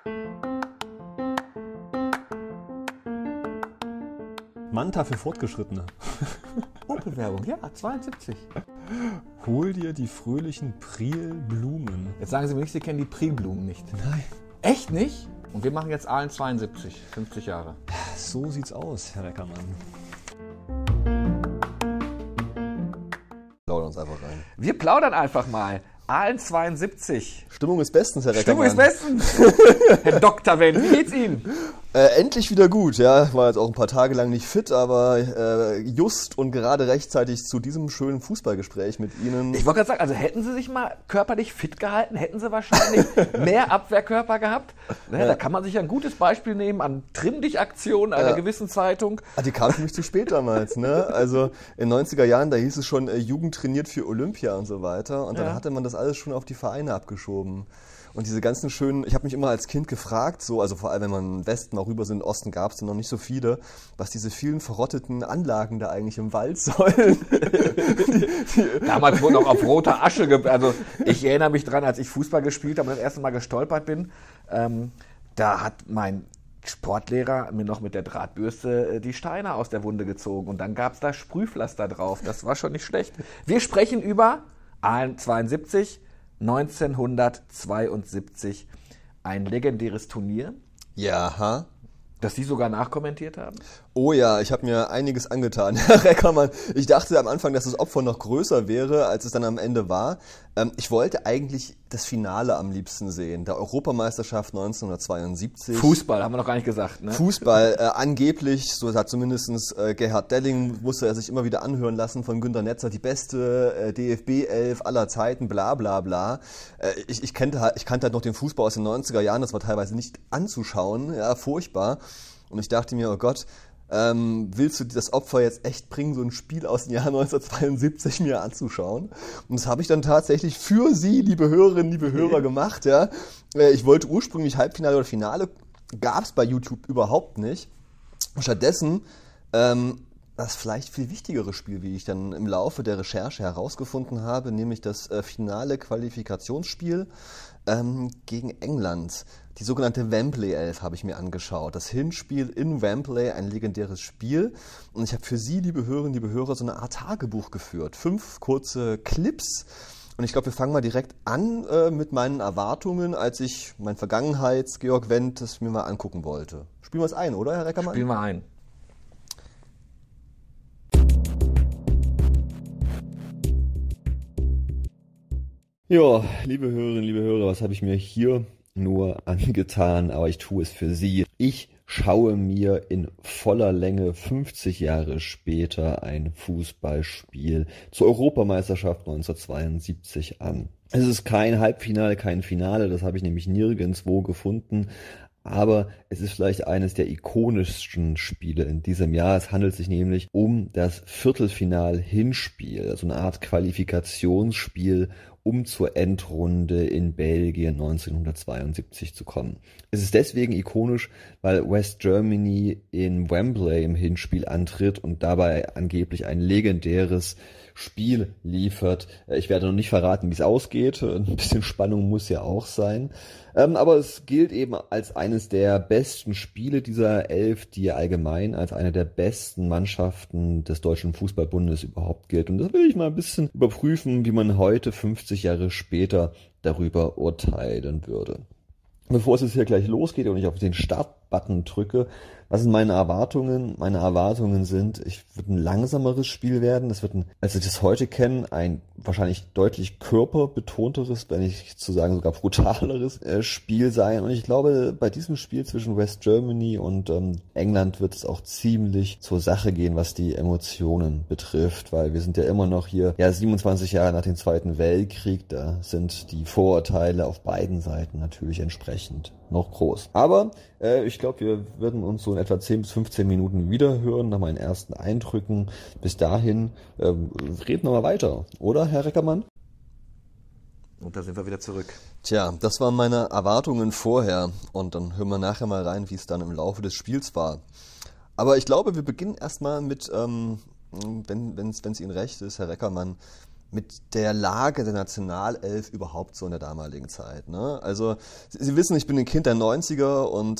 Manta für Fortgeschrittene. Opel-Werbung, ja, 72. Hol dir die fröhlichen Prielblumen. Jetzt sagen Sie mir nicht, Sie kennen die Prielblumen nicht. Nein. Echt nicht? Und wir machen jetzt Aalen 72, 50 Jahre. So sieht's aus, Herr Reckermann. Plaudern uns einfach rein. Wir plaudern einfach mal. Aalen 72. Stimmung ist bestens, Herr Stimmung Reckermann. ist bestens. Herr Dr. Wendt, wie geht's Ihnen? Endlich wieder gut, ja. War jetzt auch ein paar Tage lang nicht fit, aber just und gerade rechtzeitig zu diesem schönen Fußballgespräch mit Ihnen. Ich wollte gerade sagen, also hätten Sie sich mal körperlich fit gehalten, hätten Sie wahrscheinlich mehr Abwehrkörper gehabt. Ja, da kann man sich ein gutes Beispiel nehmen an Trimm-Dich-Aktionen einer gewissen Zeitung. Die kam für mich zu spät damals, ne? Also in den 90er Jahren, da hieß es schon, Jugend trainiert für Olympia und so weiter. Und dann hatte man das alles schon auf die Vereine abgeschoben. Und diese ganzen schönen, ich habe mich immer als Kind gefragt, so, also vor allem wenn man im Westen auch rüber sind, im Osten gab es noch nicht so viele, was diese vielen verrotteten Anlagen da eigentlich im Wald sollen. Damals wurde auch auf roter Asche, also ich erinnere mich dran, als ich Fußball gespielt habe und das erste Mal gestolpert bin, da hat mein Sportlehrer mir noch mit der Drahtbürste die Steine aus der Wunde gezogen und dann gab es da Sprühpflaster drauf, das war schon nicht schlecht. Wir sprechen über Aalen 72, 1972, ein legendäres Turnier, Ja, das Sie sogar nachkommentiert haben. Oh ja, ich habe mir einiges angetan, Herr Reckermann. Ich dachte am Anfang, dass das Opfer noch größer wäre, als es dann am Ende war. Ich wollte eigentlich das Finale am liebsten sehen, der Europameisterschaft 1972. Fußball, haben wir noch gar nicht gesagt, ne? Fußball, angeblich, so hat zumindest Gerhard Delling, musste er sich immer wieder anhören lassen von Günter Netzer, die beste DFB-Elf aller Zeiten, bla bla bla. Ich kannte halt noch den Fußball aus den 90er Jahren, das war teilweise nicht anzuschauen, ja, furchtbar. Und ich dachte mir, oh Gott, willst du das Opfer jetzt echt bringen, so ein Spiel aus dem Jahr 1972 mir anzuschauen? Und das habe ich dann tatsächlich für Sie, liebe Hörerinnen, liebe Hörer, gemacht. Ja. Ich wollte ursprünglich Halbfinale oder Finale, gab es bei YouTube überhaupt nicht. Stattdessen das vielleicht viel wichtigere Spiel, wie ich dann im Laufe der Recherche herausgefunden habe, nämlich das finale Qualifikationsspiel gegen England. Die sogenannte Wembley 11 habe ich mir angeschaut. Das Hinspiel in Wembley, ein legendäres Spiel. Und ich habe für Sie, liebe Hörerinnen, liebe Hörer, so eine Art Tagebuch geführt. 5 kurze Clips. Und ich glaube, wir fangen mal direkt an mit meinen Erwartungen, als ich mein Vergangenheits-Georg Wendt das mir mal angucken wollte. Spielen wir es ein, oder, Herr Reckermann? Spielen wir ein. Ja, liebe Hörerinnen, liebe Hörer, was habe ich mir hier nur angetan, aber ich tue es für Sie. Ich schaue mir in voller Länge 50 Jahre später ein Fußballspiel zur Europameisterschaft 1972 an. Es ist kein Halbfinale, kein Finale, das habe ich nämlich nirgendwo gefunden. Aber es ist vielleicht eines der ikonischsten Spiele in diesem Jahr. Es handelt sich nämlich um das Viertelfinal-Hinspiel, also eine Art Qualifikationsspiel, um zur Endrunde in Belgien 1972 zu kommen. Es ist deswegen ikonisch, weil West Germany in Wembley im Hinspiel antritt und dabei angeblich ein legendäres Spiel liefert. Ich werde noch nicht verraten, wie es ausgeht. Ein bisschen Spannung muss ja auch sein. Aber es gilt eben als eines der besten Spiele dieser 11, die allgemein als eine der besten Mannschaften des Deutschen Fußballbundes überhaupt gilt. Und das will ich mal ein bisschen überprüfen, wie man heute 50 Jahre später darüber urteilen würde. Bevor es jetzt hier gleich losgeht und ich auf den Start-Button drücke, was sind meine Erwartungen? Meine Erwartungen sind, es wird ein langsameres Spiel werden. Es wird als ich das heute kenne, ein wahrscheinlich deutlich körperbetonteres, wenn nicht zu sagen sogar brutaleres Spiel sein. Und ich glaube, bei diesem Spiel zwischen West Germany und England wird es auch ziemlich zur Sache gehen, was die Emotionen betrifft, weil wir sind ja immer noch hier, 27 Jahre nach dem Zweiten Weltkrieg, da sind die Vorurteile auf beiden Seiten natürlich entsprechend noch groß. Aber ich glaube, wir werden uns so in etwa 10 bis 15 Minuten wiederhören nach meinen ersten Eindrücken. Bis dahin reden wir mal weiter, oder, Herr Reckermann? Und da sind wir wieder zurück. Tja, das waren meine Erwartungen vorher. Und dann hören wir nachher mal rein, wie es dann im Laufe des Spiels war. Aber ich glaube, wir beginnen erstmal mit, wenn es Ihnen recht ist, Herr Reckermann, mit der Lage der Nationalelf überhaupt so in der damaligen Zeit. Ne? Also Sie wissen, ich bin ein Kind der 90er und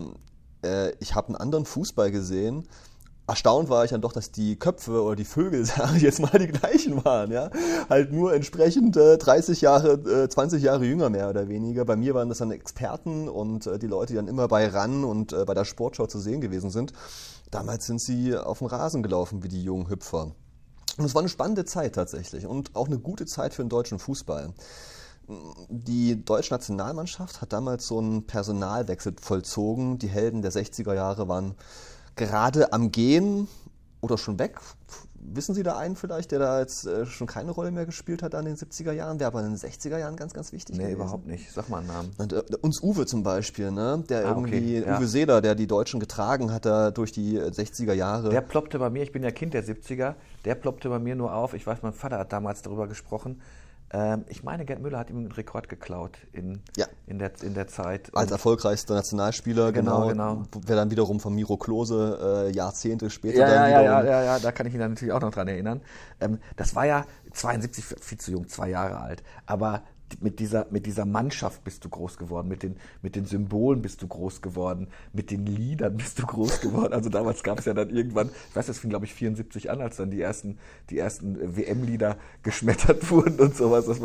ich habe einen anderen Fußball gesehen. Erstaunt war ich dann doch, dass die Köpfe oder die Vögel, sage ich jetzt mal, die gleichen waren. Ja? Halt nur entsprechend 30 Jahre, 20 Jahre jünger mehr oder weniger. Bei mir waren das dann Experten und die Leute, die dann immer bei RAN und bei der Sportschau zu sehen gewesen sind. Damals sind sie auf dem Rasen gelaufen wie die jungen Hüpfer. Und es war eine spannende Zeit tatsächlich und auch eine gute Zeit für den deutschen Fußball. Die deutsche Nationalmannschaft hat damals so einen Personalwechsel vollzogen. Die Helden der 60er Jahre waren gerade am Gehen oder schon weg. Wissen Sie da einen vielleicht, der da jetzt schon keine Rolle mehr gespielt hat an den 70er Jahren? Wäre aber in den 60er Jahren ganz, ganz wichtig gewesen. Überhaupt nicht. Sag mal einen Namen. Und, uns Uwe zum Beispiel, ne? Der irgendwie, okay, ja. Uwe Seeler, der die Deutschen getragen hat da durch die 60er Jahre. Der ploppte bei mir, ich bin ja Kind der 70er, der ploppte bei mir nur auf, ich weiß, mein Vater hat damals darüber gesprochen. Ich meine, Gerd Müller hat ihm einen Rekord geklaut in der Zeit. Als erfolgreichster Nationalspieler, genau. Wer dann wiederum von Miro Klose Jahrzehnte später Ja, da kann ich mich dann natürlich auch noch dran erinnern. Das war ja 72, viel zu jung, 2 Jahre alt, aber mit dieser Mannschaft bist du groß geworden, mit den Symbolen bist du groß geworden, mit den Liedern bist du groß geworden. Also damals gab es ja dann irgendwann, ich weiß, das fing glaube ich 74 an, als dann die ersten WM-Lieder geschmettert wurden und sowas. Das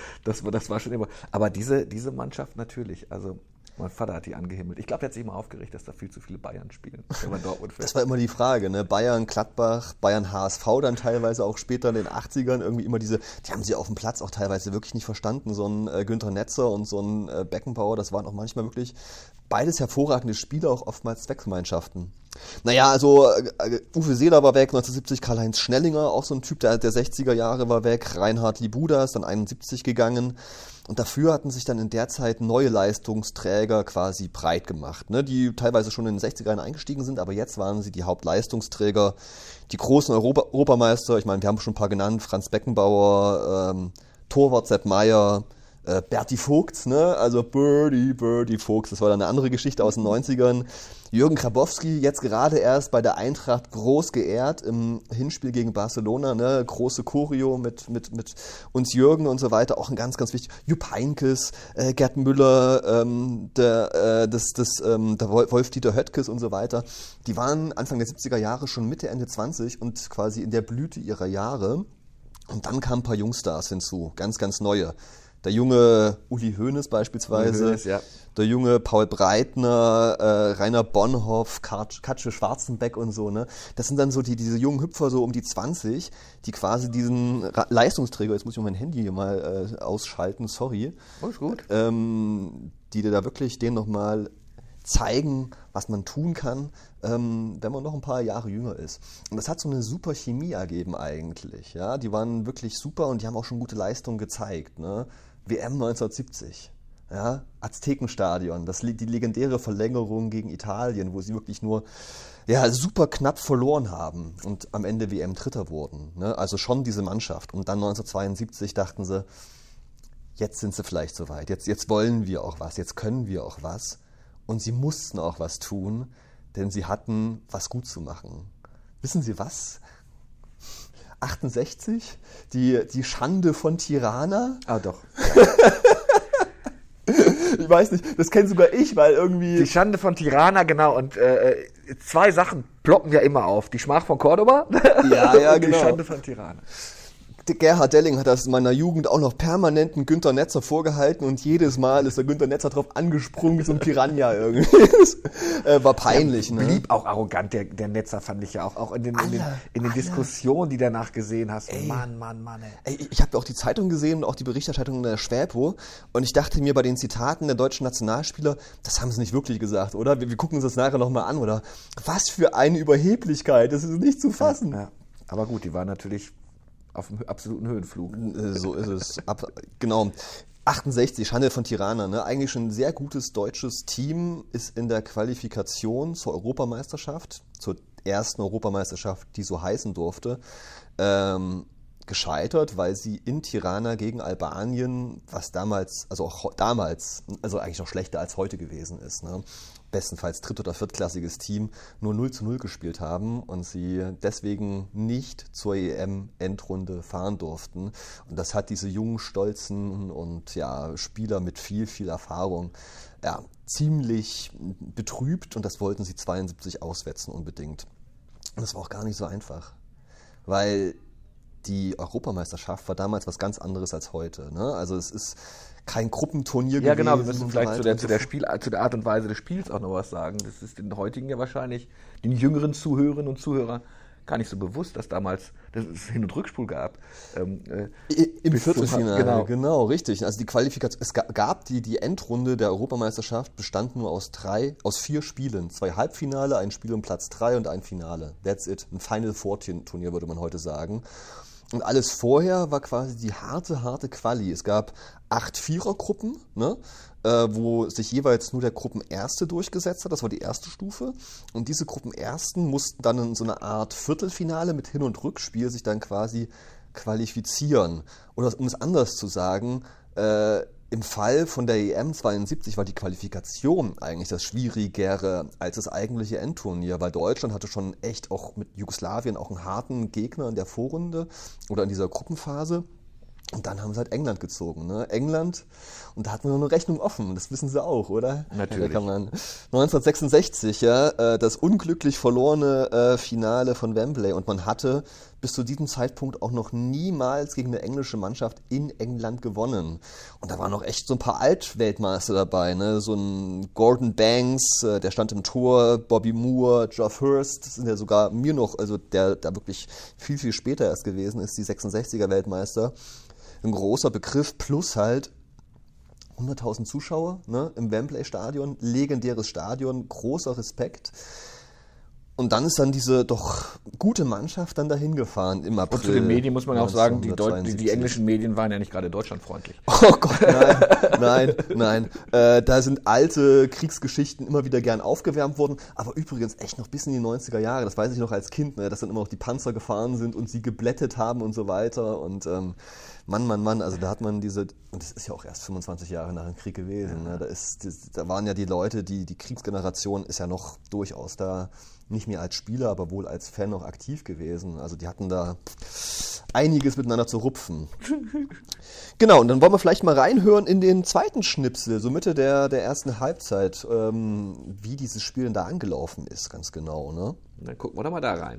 war schon immer. Aber diese Mannschaft natürlich, also mein Vater hat die angehimmelt. Ich glaube, der hat sich immer aufgeregt, dass da viel zu viele Bayern spielen. Das war immer die Frage, ne? Bayern, Gladbach, Bayern, HSV dann teilweise auch später in den 80ern irgendwie immer die haben sie auf dem Platz auch teilweise wirklich nicht verstanden. So ein Günther Netzer und so ein Beckenbauer, das waren auch manchmal wirklich beides hervorragende Spieler, auch oftmals Zweckgemeinschaften. Naja, also Uwe Seeler war weg, 1970 Karl-Heinz Schnellinger, auch so ein Typ der 60er Jahre war weg, Reinhard Libuda ist dann 71 gegangen. Und dafür hatten sich dann in der Zeit neue Leistungsträger quasi breit gemacht, ne, die teilweise schon in den 60ern eingestiegen sind, aber jetzt waren sie die Hauptleistungsträger, die großen Europameister, ich meine, wir haben schon ein paar genannt, Franz Beckenbauer, Torwart Sepp Maier, Berti Vogts, ne, also Berti Vogts, das war dann eine andere Geschichte aus den 90ern. Jürgen Grabowski, jetzt gerade erst bei der Eintracht groß geehrt im Hinspiel gegen Barcelona, ne, große Choreo mit uns Jürgen und so weiter, auch ein ganz, ganz wichtig. Jupp Heynckes, Gerd Müller, der Wolf-Dieter Höttges und so weiter. Die waren Anfang der 70er Jahre schon Mitte, Ende 20 und quasi in der Blüte ihrer Jahre. Und dann kamen ein paar Jungstars hinzu, ganz, ganz neue. Der junge Uli Hoeneß beispielsweise, der junge Paul Breitner, Rainer Bonhoff, Katje Schwarzenbeck und so, ne? Das sind dann so diese jungen Hüpfer so um die 20, die quasi diesen Leistungsträger, jetzt muss ich mein Handy hier mal ausschalten, sorry. Oh, ist gut. Die da wirklich denen nochmal zeigen, was man tun kann, wenn man noch ein paar Jahre jünger ist. Und das hat so eine super Chemie ergeben eigentlich. Ja? Die waren wirklich super und die haben auch schon gute Leistungen gezeigt. Ne? WM 1970, ja? Aztekenstadion, die legendäre Verlängerung gegen Italien, wo sie wirklich nur super knapp verloren haben und am Ende WM Dritter wurden. Ne? Also schon diese Mannschaft. Und dann 1972 dachten sie, jetzt sind sie vielleicht soweit, jetzt wollen wir auch was, jetzt können wir auch was. Und sie mussten auch was tun, denn sie hatten was gut zu machen. Wissen Sie was? 68, die Schande von Tirana. Ah, doch. Ich weiß nicht, das kenne sogar ich, weil irgendwie... Die Schande von Tirana, genau. Und 2 Sachen ploppen ja immer auf. Die Schmach von Cordoba ja, und genau. Die Schande von Tirana. Gerhard Delling hat das in meiner Jugend auch noch permanent einen Günther Netzer vorgehalten und jedes Mal ist der Günther Netzer drauf angesprungen wie so ein Piranha irgendwie. Das war peinlich. Der blieb auch arrogant, der Netzer, fand ich ja auch in den Diskussionen, die danach gesehen hast. Ey. Mann. Ey, ich habe auch die Zeitung gesehen und auch die Berichterstattung der Schwäbo und ich dachte mir bei den Zitaten der deutschen Nationalspieler, das haben sie nicht wirklich gesagt, oder? Wir gucken uns das nachher nochmal an, oder? Was für eine Überheblichkeit, das ist nicht zu fassen. Ja. Aber gut, die waren natürlich auf dem absoluten Höhenflug. So ist es. Genau. 68, Schande von Tirana, ne? Eigentlich schon ein sehr gutes deutsches Team, ist in der Qualifikation zur Europameisterschaft, zur ersten Europameisterschaft, die so heißen durfte, gescheitert, weil sie in Tirana gegen Albanien, was damals, also eigentlich noch schlechter als heute gewesen ist, ne? Bestenfalls dritt- oder viertklassiges Team, nur 0:0 gespielt haben und sie deswegen nicht zur EM-Endrunde fahren durften. Und das hat diese jungen, stolzen und ja, Spieler mit viel, viel Erfahrung ziemlich betrübt, und das wollten sie 72 auswetzen unbedingt. Und das war auch gar nicht so einfach, weil die Europameisterschaft war damals was ganz anderes als heute, ne? Also es ist kein Gruppenturnier gewesen. Ja, genau, wir müssen vielleicht zu der Art und Weise des Spiels auch noch was sagen. Das ist den heutigen ja wahrscheinlich, den jüngeren Zuhörerinnen und Zuhörern, gar nicht so bewusst, dass damals es Hin- und Rückspul gab. Im Viertelfinale, genau, richtig. Also die Qualifikation, es gab die Endrunde der Europameisterschaft, bestand nur aus 4 Spielen. 2 Halbfinale, ein Spiel um Platz 3 und ein Finale. That's it. Ein Final Four Turnier, würde man heute sagen. Und alles vorher war quasi die harte Quali. Es gab 8 Vierergruppen, ne, wo sich jeweils nur der Gruppenerste durchgesetzt hat. Das war die erste Stufe. Und diese Gruppenersten mussten dann in so eine Art Viertelfinale mit Hin- und Rückspiel sich dann quasi qualifizieren. Oder um es anders zu sagen, im Fall von der EM 72 war die Qualifikation eigentlich das Schwierigere als das eigentliche Endturnier, weil Deutschland hatte schon echt auch mit Jugoslawien auch einen harten Gegner in der Vorrunde oder in dieser Gruppenphase. Und dann haben sie halt England gezogen, ne? England, und da hatten wir noch eine Rechnung offen, das wissen sie auch, oder? Natürlich. Da kann man 1966, das unglücklich verlorene Finale von Wembley, und man hatte bis zu diesem Zeitpunkt auch noch niemals gegen eine englische Mannschaft in England gewonnen. Und da waren noch echt so ein paar Altweltmeister dabei, ne? So ein Gordon Banks, der stand im Tor, Bobby Moore, Geoff Hurst, das sind ja sogar mir noch, also der da wirklich viel, viel später erst gewesen ist, die 66er Weltmeister. Ein großer Begriff, plus halt 100.000 Zuschauer, ne, im Wembley-Stadion, legendäres Stadion, großer Respekt. Und dann ist dann diese doch gute Mannschaft dann dahin gefahren im April. Und zu den Medien muss man auch sagen, die englischen Medien waren ja nicht gerade deutschlandfreundlich. Oh Gott, nein. Da sind alte Kriegsgeschichten immer wieder gern aufgewärmt worden. Aber übrigens echt noch bis in die 90er Jahre, das weiß ich noch als Kind, ne, dass dann immer noch die Panzer gefahren sind und sie geblättet haben und so weiter. Und Mann, also da hat man und das ist ja auch erst 25 Jahre nach dem Krieg gewesen. Ne? Da waren ja die Leute, die Kriegsgeneration ist ja noch durchaus da, nicht mehr als Spieler, aber wohl als Fan noch aktiv gewesen. Also die hatten da einiges miteinander zu rupfen. Genau, und dann wollen wir vielleicht mal reinhören in den zweiten Schnipsel, so Mitte der ersten Halbzeit, wie dieses Spiel denn da angelaufen ist, ganz genau, ne? Dann gucken wir doch mal da rein.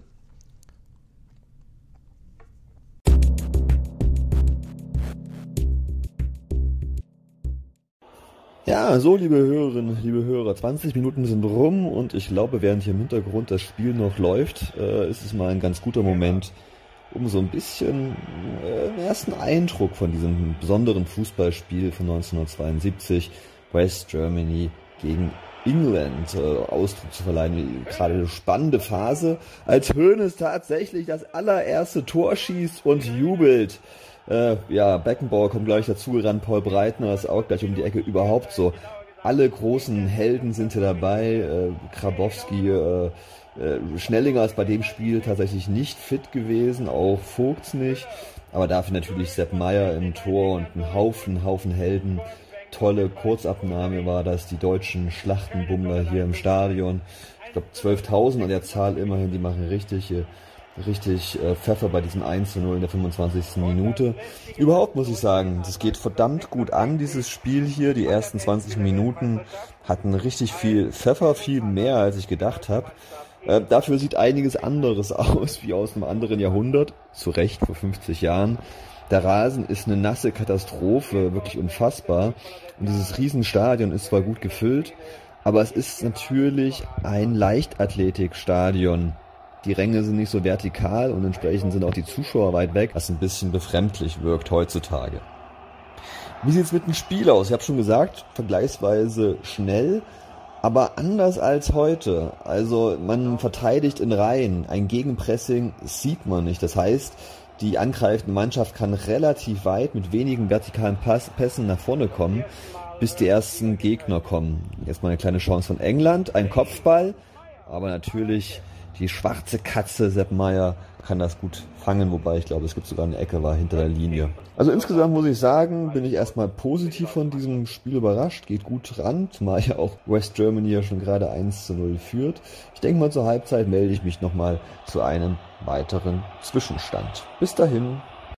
Ja, so, liebe Hörerinnen, liebe Hörer, 20 Minuten sind rum und ich glaube, während hier im Hintergrund das Spiel noch läuft, ist es mal ein ganz guter Moment, um so ein bisschen einen ersten Eindruck von diesem besonderen Fußballspiel von 1972, West Germany gegen England, Ausdruck zu verleihen. Gerade eine spannende Phase, als Hoeneß tatsächlich das allererste Tor schießt und jubelt. Beckenbauer kommt gleich dazu gerannt, Paul Breitner ist auch gleich um die Ecke, überhaupt so. Alle großen Helden sind hier dabei, Grabowski, Schnellinger ist bei dem Spiel tatsächlich nicht fit gewesen, auch Vogts nicht, aber dafür natürlich Sepp Maier im Tor und ein Haufen Helden. Tolle Kurzabnahme war das, die deutschen Schlachtenbummler hier im Stadion. Ich glaube 12.000 an der Zahl immerhin, die machen richtig Pfeffer bei diesem 1:0 in der 25. Minute. Überhaupt muss ich sagen, das geht verdammt gut an, dieses Spiel hier. Die ersten 20 Minuten hatten richtig viel Pfeffer, viel mehr als ich gedacht habe. Dafür sieht einiges anderes aus, wie aus einem anderen Jahrhundert. Zu Recht, vor 50 Jahren. Der Rasen ist eine nasse Katastrophe, wirklich unfassbar. Und dieses Riesenstadion ist zwar gut gefüllt, aber es ist natürlich ein Leichtathletikstadion. Die Ränge sind nicht so vertikal und entsprechend sind auch die Zuschauer weit weg, was ein bisschen befremdlich wirkt heutzutage. Wie sieht's mit dem Spiel aus? Ich habe schon gesagt, vergleichsweise schnell, aber anders als heute. Also man verteidigt in Reihen, ein Gegenpressing sieht man nicht. Das heißt, die angreifende Mannschaft kann relativ weit mit wenigen vertikalen Pässen nach vorne kommen, bis die ersten Gegner kommen. Jetzt mal eine kleine Chance von England, ein Kopfball, aber natürlich Die schwarze Katze, Sepp Maier, kann das gut fangen, wobei ich glaube, es gibt sogar eine Ecke, war hinter der Linie. Also insgesamt muss ich sagen, bin ich erstmal positiv von diesem Spiel überrascht, geht gut ran, zumal ja auch West Germany ja schon gerade 1:0 führt. Ich denke mal, zur Halbzeit melde ich mich nochmal zu einem weiteren Zwischenstand. Bis dahin.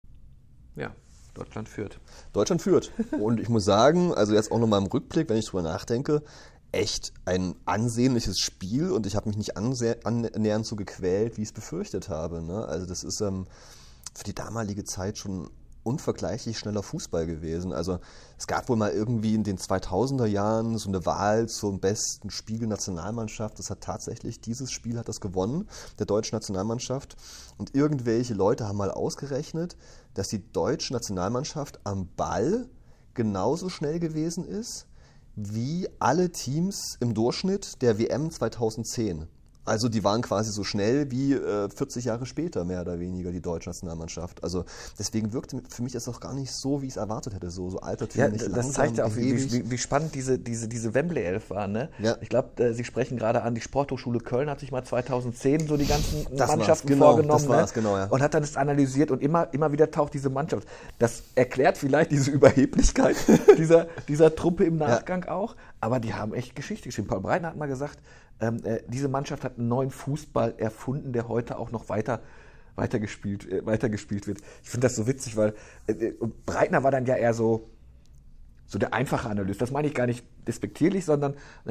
Ja, Deutschland führt. Deutschland führt. Und ich muss sagen, also jetzt auch nochmal im Rückblick, wenn ich drüber nachdenke, echt ein ansehnliches Spiel und ich habe mich nicht annähernd so gequält, wie ich es befürchtet habe. Ne? Also das ist für die damalige Zeit schon unvergleichlich schneller Fußball gewesen. Also es gab wohl mal irgendwie in den 2000er Jahren so eine Wahl zum besten Spiel der Nationalmannschaft. Das hat tatsächlich, dieses Spiel hat das gewonnen, der deutschen Nationalmannschaft. Und irgendwelche Leute haben mal ausgerechnet, dass die deutsche Nationalmannschaft am Ball genauso schnell gewesen ist, wie alle Teams im Durchschnitt der WM 2010. Also die waren quasi so schnell wie 40 Jahre später, mehr oder weniger, die deutsche Nationalmannschaft. Also deswegen wirkte für mich das auch gar nicht so, wie ich es erwartet hätte, so altertümlich Ja, langsam. das zeigt ja auch, wie spannend diese Wembley 11 war. Ne? Ja. Ich glaube, Sie sprechen gerade an, die Sporthochschule Köln hat sich mal 2010 so die ganzen Das Mannschaften war's, genau, vorgenommen. das war's, genau, ja. Und hat dann das analysiert und immer wieder taucht diese Mannschaft. Das erklärt vielleicht diese Überheblichkeit dieser Truppe im Nachgang auch, aber die haben echt Geschichte geschrieben. Paul Breitner hat mal gesagt, diese Mannschaft hat einen neuen Fußball erfunden, der heute auch noch weitergespielt wird. Ich finde das so witzig, weil Breitner war dann ja eher so der einfache Analyst. Das meine ich gar nicht despektierlich, sondern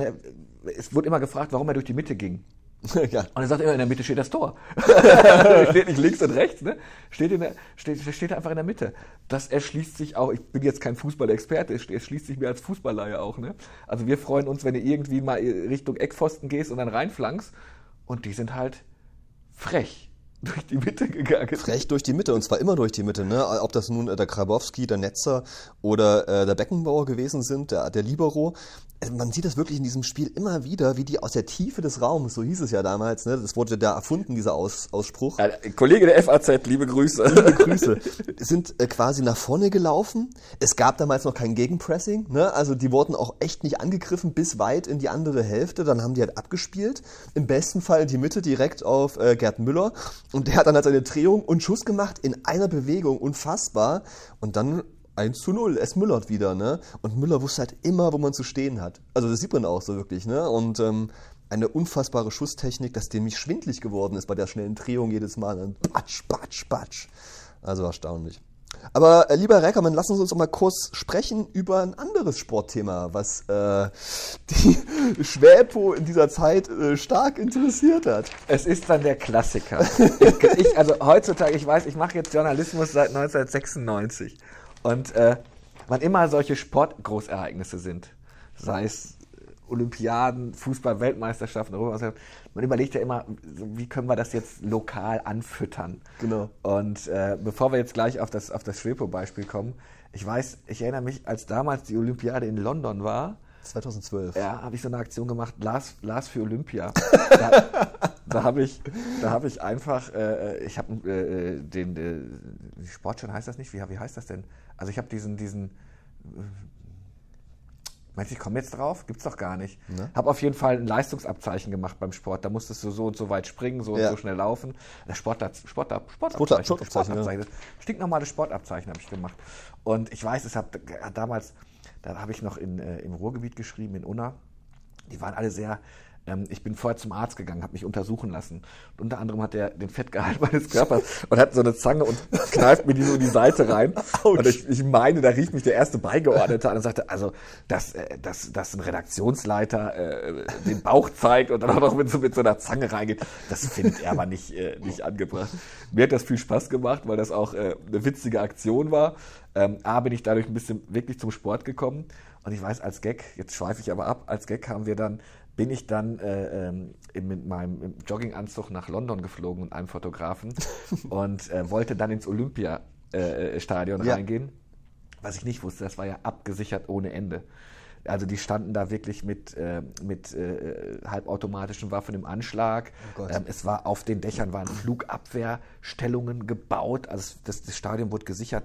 es wurde immer gefragt, warum er durch die Mitte ging. Ja. Und er sagt immer, in der Mitte steht das Tor. Steht nicht links und rechts, ne? Steht einfach in der Mitte. Das erschließt sich auch, ich bin jetzt kein Fußballexperte, es erschließt sich mir als Fußballleihe auch, ne? Also wir freuen uns, wenn du irgendwie mal Richtung Eckpfosten gehst und dann reinflankst. Und die sind halt frech durch die Mitte gegangen. Frech durch die Mitte, und zwar immer durch die Mitte. Ne? Ob das nun der Grabowski, der Netzer oder der Beckenbauer gewesen sind, der Libero. Man sieht das wirklich in diesem Spiel immer wieder, wie die aus der Tiefe des Raums, so hieß es ja damals, ne? Das wurde da erfunden, dieser Ausspruch. Ja, Kollege der FAZ, liebe Grüße. Liebe Grüße. Sind quasi nach vorne gelaufen. Es gab damals noch kein Gegenpressing, ne? Also die wurden auch echt nicht angegriffen bis weit in die andere Hälfte. Dann haben die halt abgespielt. Im besten Fall in die Mitte direkt auf Gerd Müller. Und der hat dann halt seine Drehung und Schuss gemacht in einer Bewegung. Unfassbar. Und dann 1:0, es müllert wieder, ne? Und Müller wusste halt immer, wo man zu stehen hat. Also das sieht man auch so wirklich, ne? Und eine unfassbare Schusstechnik, dass dem nicht schwindlig geworden ist bei der schnellen Drehung jedes Mal. Dann patsch, patsch, patsch. Also erstaunlich. Aber lieber Reckermann, lassen Sie uns doch mal kurz sprechen über ein anderes Sportthema, was die Schwäpo in dieser Zeit stark interessiert hat. Es ist dann der Klassiker. Also heutzutage, ich weiß, ich mache jetzt Journalismus seit 1996. Und wann immer solche Sportgroßereignisse sind, sei es Olympiaden, Fußball-Weltmeisterschaften, man überlegt ja immer, wie können wir das jetzt lokal anfüttern. Genau. Und bevor wir jetzt gleich auf das Schwepo-Beispiel kommen, ich erinnere mich, als damals die Olympiade in London war, 2012. Ja, habe ich so eine Aktion gemacht, Lars für Olympia. Da habe ich einfach, ich habe Sportschein heißt das nicht? Wie heißt das denn? Also ich habe meinst du, ich komme jetzt drauf? Gibt's doch gar nicht. Ne? Habe auf jeden Fall ein Leistungsabzeichen gemacht beim Sport. Da musstest du so und so weit springen, so und so schnell laufen. Das Sportabzeichen. Ja. Stinknormales Sportabzeichen habe ich gemacht. Und ich weiß, damals, da habe ich noch im Ruhrgebiet geschrieben, in Unna. Die waren alle sehr... Ich bin vorher zum Arzt gegangen, habe mich untersuchen lassen. Und unter anderem hat er den Fettgehalt meines Körpers und hat so eine Zange und kneift mir die so in die Seite rein. Ouch. Und ich meine, da rief mich der erste Beigeordnete an und sagte, also, dass ein Redaktionsleiter den Bauch zeigt und dann auch noch mit so einer Zange reingeht, das findet er aber nicht angebracht. Mir hat das viel Spaß gemacht, weil das auch eine witzige Aktion war. Bin ich dadurch ein bisschen wirklich zum Sport gekommen. Und ich weiß, als Gag, jetzt schweife ich aber ab, als Gag bin ich dann mit meinem Jogginganzug nach London geflogen und einem Fotografen und wollte dann ins Olympiastadion reingehen. Was ich nicht wusste, das war ja abgesichert ohne Ende. Also die standen da wirklich mit halbautomatischen Waffen im Anschlag. Oh es war auf den Dächern waren Flugabwehrstellungen gebaut. Also das Stadion wurde gesichert.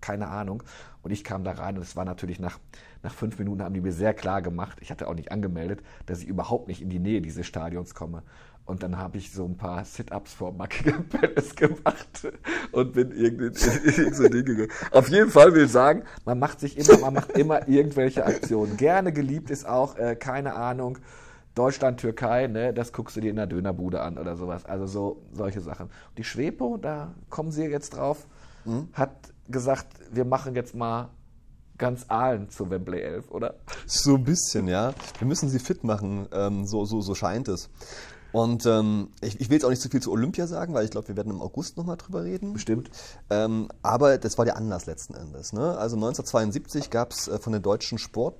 keine Ahnung. Und ich kam da rein und es war natürlich nach 5 Minuten haben die mir sehr klar gemacht, ich hatte auch nicht angemeldet, dass ich überhaupt nicht in die Nähe dieses Stadions komme. Und dann habe ich so ein paar Sit-Ups vor Buckingham Palace gemacht und bin in so Dinge gegangen. Auf jeden Fall will ich sagen, man macht immer irgendwelche Aktionen. Gerne geliebt ist auch, keine Ahnung, Deutschland, Türkei, ne, das guckst du dir in der Dönerbude an oder sowas. Also solche Sachen. Und die Schwepo, da kommen sie jetzt drauf, hat gesagt, wir machen jetzt mal ganz Aalen zu Wembley 11, oder? So ein bisschen, ja. Wir müssen sie fit machen, so scheint es. Und ich will jetzt auch nicht so viel zu Olympia sagen, weil ich glaube, wir werden im August nochmal drüber reden. Bestimmt. Aber das war der Anlass letzten Endes. Ne? Also 1972 gab es von der Deutschen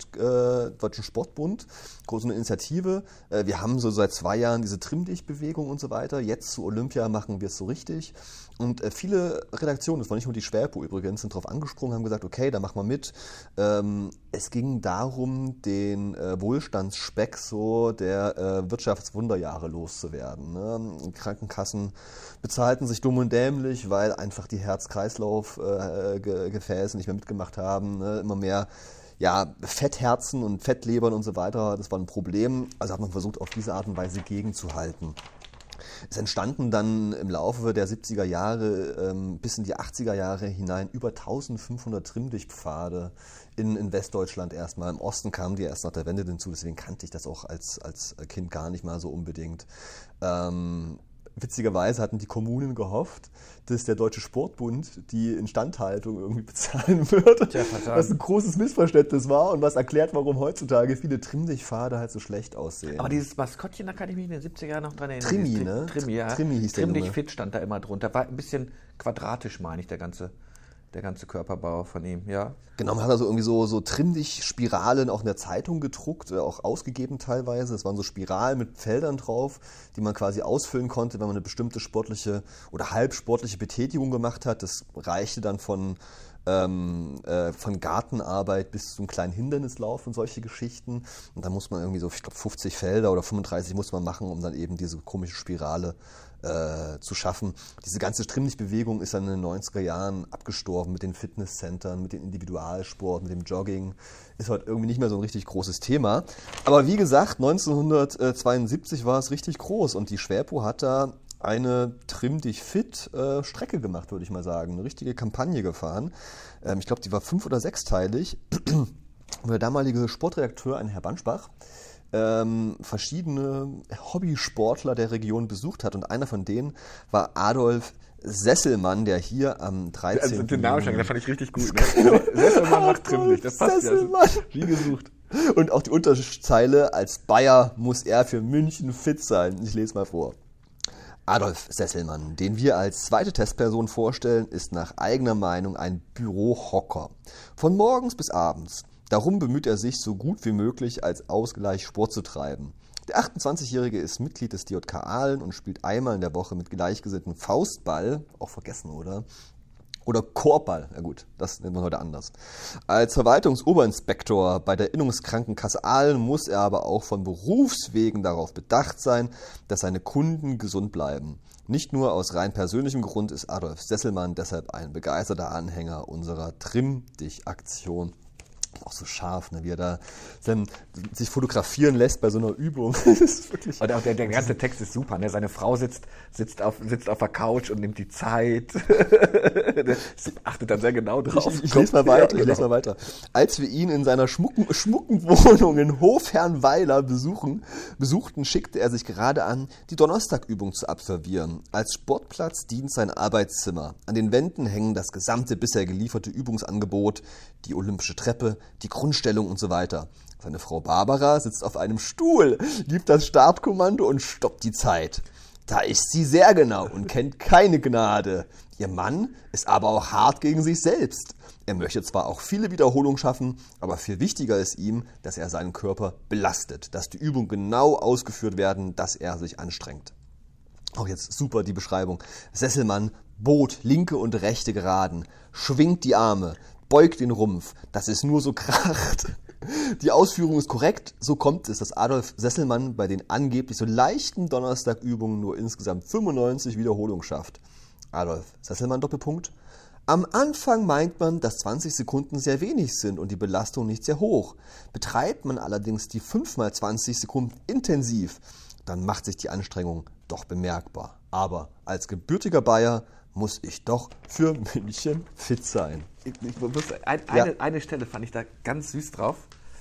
Sportbund große Initiative. Wir haben so seit 2 Jahren diese Trimm-Dich-Bewegung und so weiter. Jetzt zu Olympia machen wir es so richtig. Und viele Redaktionen, das war nicht nur die Schwerpo übrigens, sind darauf angesprungen, haben gesagt, okay, da machen wir mit. Es ging darum, den Wohlstandsspeck so der Wirtschaftswunderjahre loszuwerden. Ne? Die Krankenkassen bezahlten sich dumm und dämlich, weil einfach die Herz-Kreislauf-Gefäße nicht mehr mitgemacht haben. Ne? Immer mehr Fettherzen und Fettlebern und so weiter, das war ein Problem. Also hat man versucht, auf diese Art und Weise gegenzuhalten. Es entstanden dann im Laufe der 70er Jahre bis in die 80er Jahre hinein über 1500 Trimm-Dich-Pfade in Westdeutschland erstmal. Im Osten kamen die erst nach der Wende hinzu, deswegen kannte ich das auch als Kind gar nicht mal so unbedingt. Witzigerweise hatten die Kommunen gehofft, dass der Deutsche Sportbund die Instandhaltung irgendwie bezahlen wird. Tja, was ein großes Missverständnis war und was erklärt, warum heutzutage viele Trimm-Dich-Pfade halt so schlecht aussehen. Aber dieses Maskottchen, da kann ich mich in den 70er Jahren noch dran erinnern. Trimmi, ne? Trimmi, ja. Trimmi hieß der Trimm dich Junge. fit stand da immer drunter. War ein bisschen quadratisch, meine ich, der ganze Körperbau von ihm, ja. Genau, man hat also irgendwie so Trimm-Dich-Spiralen auch in der Zeitung gedruckt, auch ausgegeben teilweise. Es waren so Spiralen mit Feldern drauf, die man quasi ausfüllen konnte, wenn man eine bestimmte sportliche oder halbsportliche Betätigung gemacht hat. Das reichte dann von Gartenarbeit bis zum kleinen Hindernislauf und solche Geschichten. Und da muss man irgendwie so, ich glaube 50 Felder oder 35 muss man machen, um dann eben diese komische Spirale zu schaffen. Diese ganze Trimm-Dich-Bewegung ist dann in den 90er Jahren abgestorben mit den Fitnesscentern, mit dem Individualsport, mit dem Jogging. Ist heute irgendwie nicht mehr so ein richtig großes Thema. Aber wie gesagt, 1972 war es richtig groß und die Schwerpo hat da eine Trimm-Dich-Fit-Strecke gemacht, würde ich mal sagen. Eine richtige Kampagne gefahren. Ich glaube, die war 5- oder 6-teilig. Und der damalige Sportredakteur, ein Herr Banschbach, verschiedene Hobbysportler der Region besucht hat. Und einer von denen war Adolf Sesselmann, der hier am 13. Also den Namen schon, das fand ich richtig gut. Ne? Sesselmann macht Trimm-Dich, das passt Sesselmann. Ja. Wie gesucht. Und auch die Unterzeile, als Bayer muss er für München fit sein. Ich lese mal vor. Adolf Sesselmann, den wir als zweite Testperson vorstellen, ist nach eigener Meinung ein Bürohocker. Von morgens bis abends. Darum bemüht er sich, so gut wie möglich als Ausgleich Sport zu treiben. Der 28-Jährige ist Mitglied des DJK Aalen und spielt einmal in der Woche mit Gleichgesinnten Faustball, auch vergessen, oder Korbball, ja gut, das nennt man heute anders. Als Verwaltungsoberinspektor bei der Innungskrankenkasse Aalen muss er aber auch von Berufswegen darauf bedacht sein, dass seine Kunden gesund bleiben. Nicht nur aus rein persönlichem Grund ist Adolf Sesselmann deshalb ein begeisterter Anhänger unserer Trimm-Dich-Aktion. Auch so scharf, ne, wie er da sich fotografieren lässt bei so einer Übung. Das ist wirklich Und auch der ganze Text ist super. Ne? Seine Frau sitzt auf der Couch und nimmt die Zeit. Sie achtet dann sehr genau drauf. Ich lese mal weiter. Als wir ihn in seiner schmucken Wohnung in Hofherrnweiler besuchten, schickte er sich gerade an, die Donnerstagübung zu absolvieren. Als Sportplatz dient sein Arbeitszimmer. An den Wänden hängen das gesamte bisher gelieferte Übungsangebot, die olympische Treppe, die Grundstellung und so weiter. Seine Frau Barbara sitzt auf einem Stuhl, gibt das Startkommando und stoppt die Zeit. Da ist sie sehr genau und kennt keine Gnade. Ihr Mann ist aber auch hart gegen sich selbst. Er möchte zwar auch viele Wiederholungen schaffen, aber viel wichtiger ist ihm, dass er seinen Körper belastet, dass die Übungen genau ausgeführt werden, dass er sich anstrengt. Auch jetzt super die Beschreibung. Sesselmann bot linke und rechte Geraden, schwingt die Arme, beugt den Rumpf, dass es nur so kracht. Die Ausführung ist korrekt, so kommt es, dass Adolf Sesselmann bei den angeblich so leichten Donnerstagübungen nur insgesamt 95 Wiederholungen schafft. Adolf Sesselmann Doppelpunkt. Am Anfang meint man, dass 20 Sekunden sehr wenig sind und die Belastung nicht sehr hoch. Betreibt man allerdings die 5x20 Sekunden intensiv, dann macht sich die Anstrengung doch bemerkbar. Aber als gebürtiger Bayer muss ich doch für München fit sein. Eine Stelle fand ich da ganz süß drauf.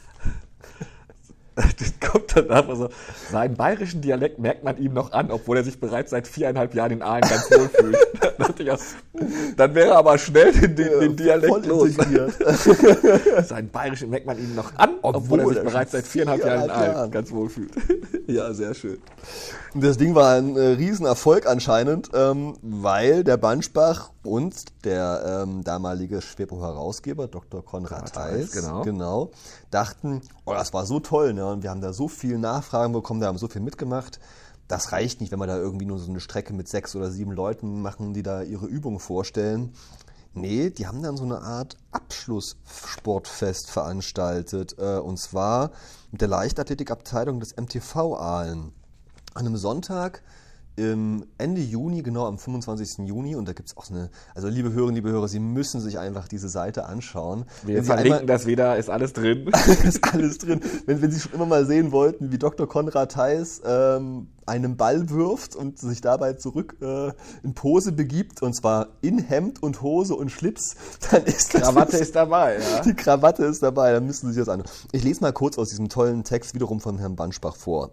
Das kommt dann einfach so, seinen bayerischen Dialekt merkt man ihm noch an, obwohl er sich bereits seit 4,5 Jahren in Aalen ganz wohl fühlt. Da dachte ich auch, dann wäre er aber schnell den Dialekt voll los. integriert. Seinen bayerischen merkt man ihm noch an, obwohl er sich bereits seit 4,5 Jahren in Aalen ganz wohl fühlt. Ja, sehr schön. Und das Ding war ein Riesenerfolg anscheinend, weil der Banschbach und der damalige Schwepo-Herausgeber, Dr. Konrad Theis, genau, dachten, oh, das war so toll, ne? Und wir haben da so viel Nachfragen bekommen, wir haben so viel mitgemacht. Das reicht nicht, wenn wir da irgendwie nur so eine Strecke mit 6 oder 7 Leuten machen, die da ihre Übungen vorstellen. Nee, die haben dann so eine Art Abschlusssportfest veranstaltet, und zwar mit der Leichtathletikabteilung des MTV Aalen. An einem Sonntag Ende Juni, genau am 25. Juni, und da gibt es auch so eine, also liebe Hörerinnen, liebe Hörer, Sie müssen sich einfach diese Seite anschauen. Wir verlinken das wieder, ist alles drin. Ist alles drin. Wenn Sie schon immer mal sehen wollten, wie Dr. Konrad Theis einen Ball wirft und sich dabei zurück in Pose begibt, und zwar in Hemd und Hose und Schlips, dann ist das... Krawatte ist dabei, ja. Die Krawatte ist dabei, dann müssen Sie sich das an. Ich lese mal kurz aus diesem tollen Text wiederum von Herrn Banschbach vor.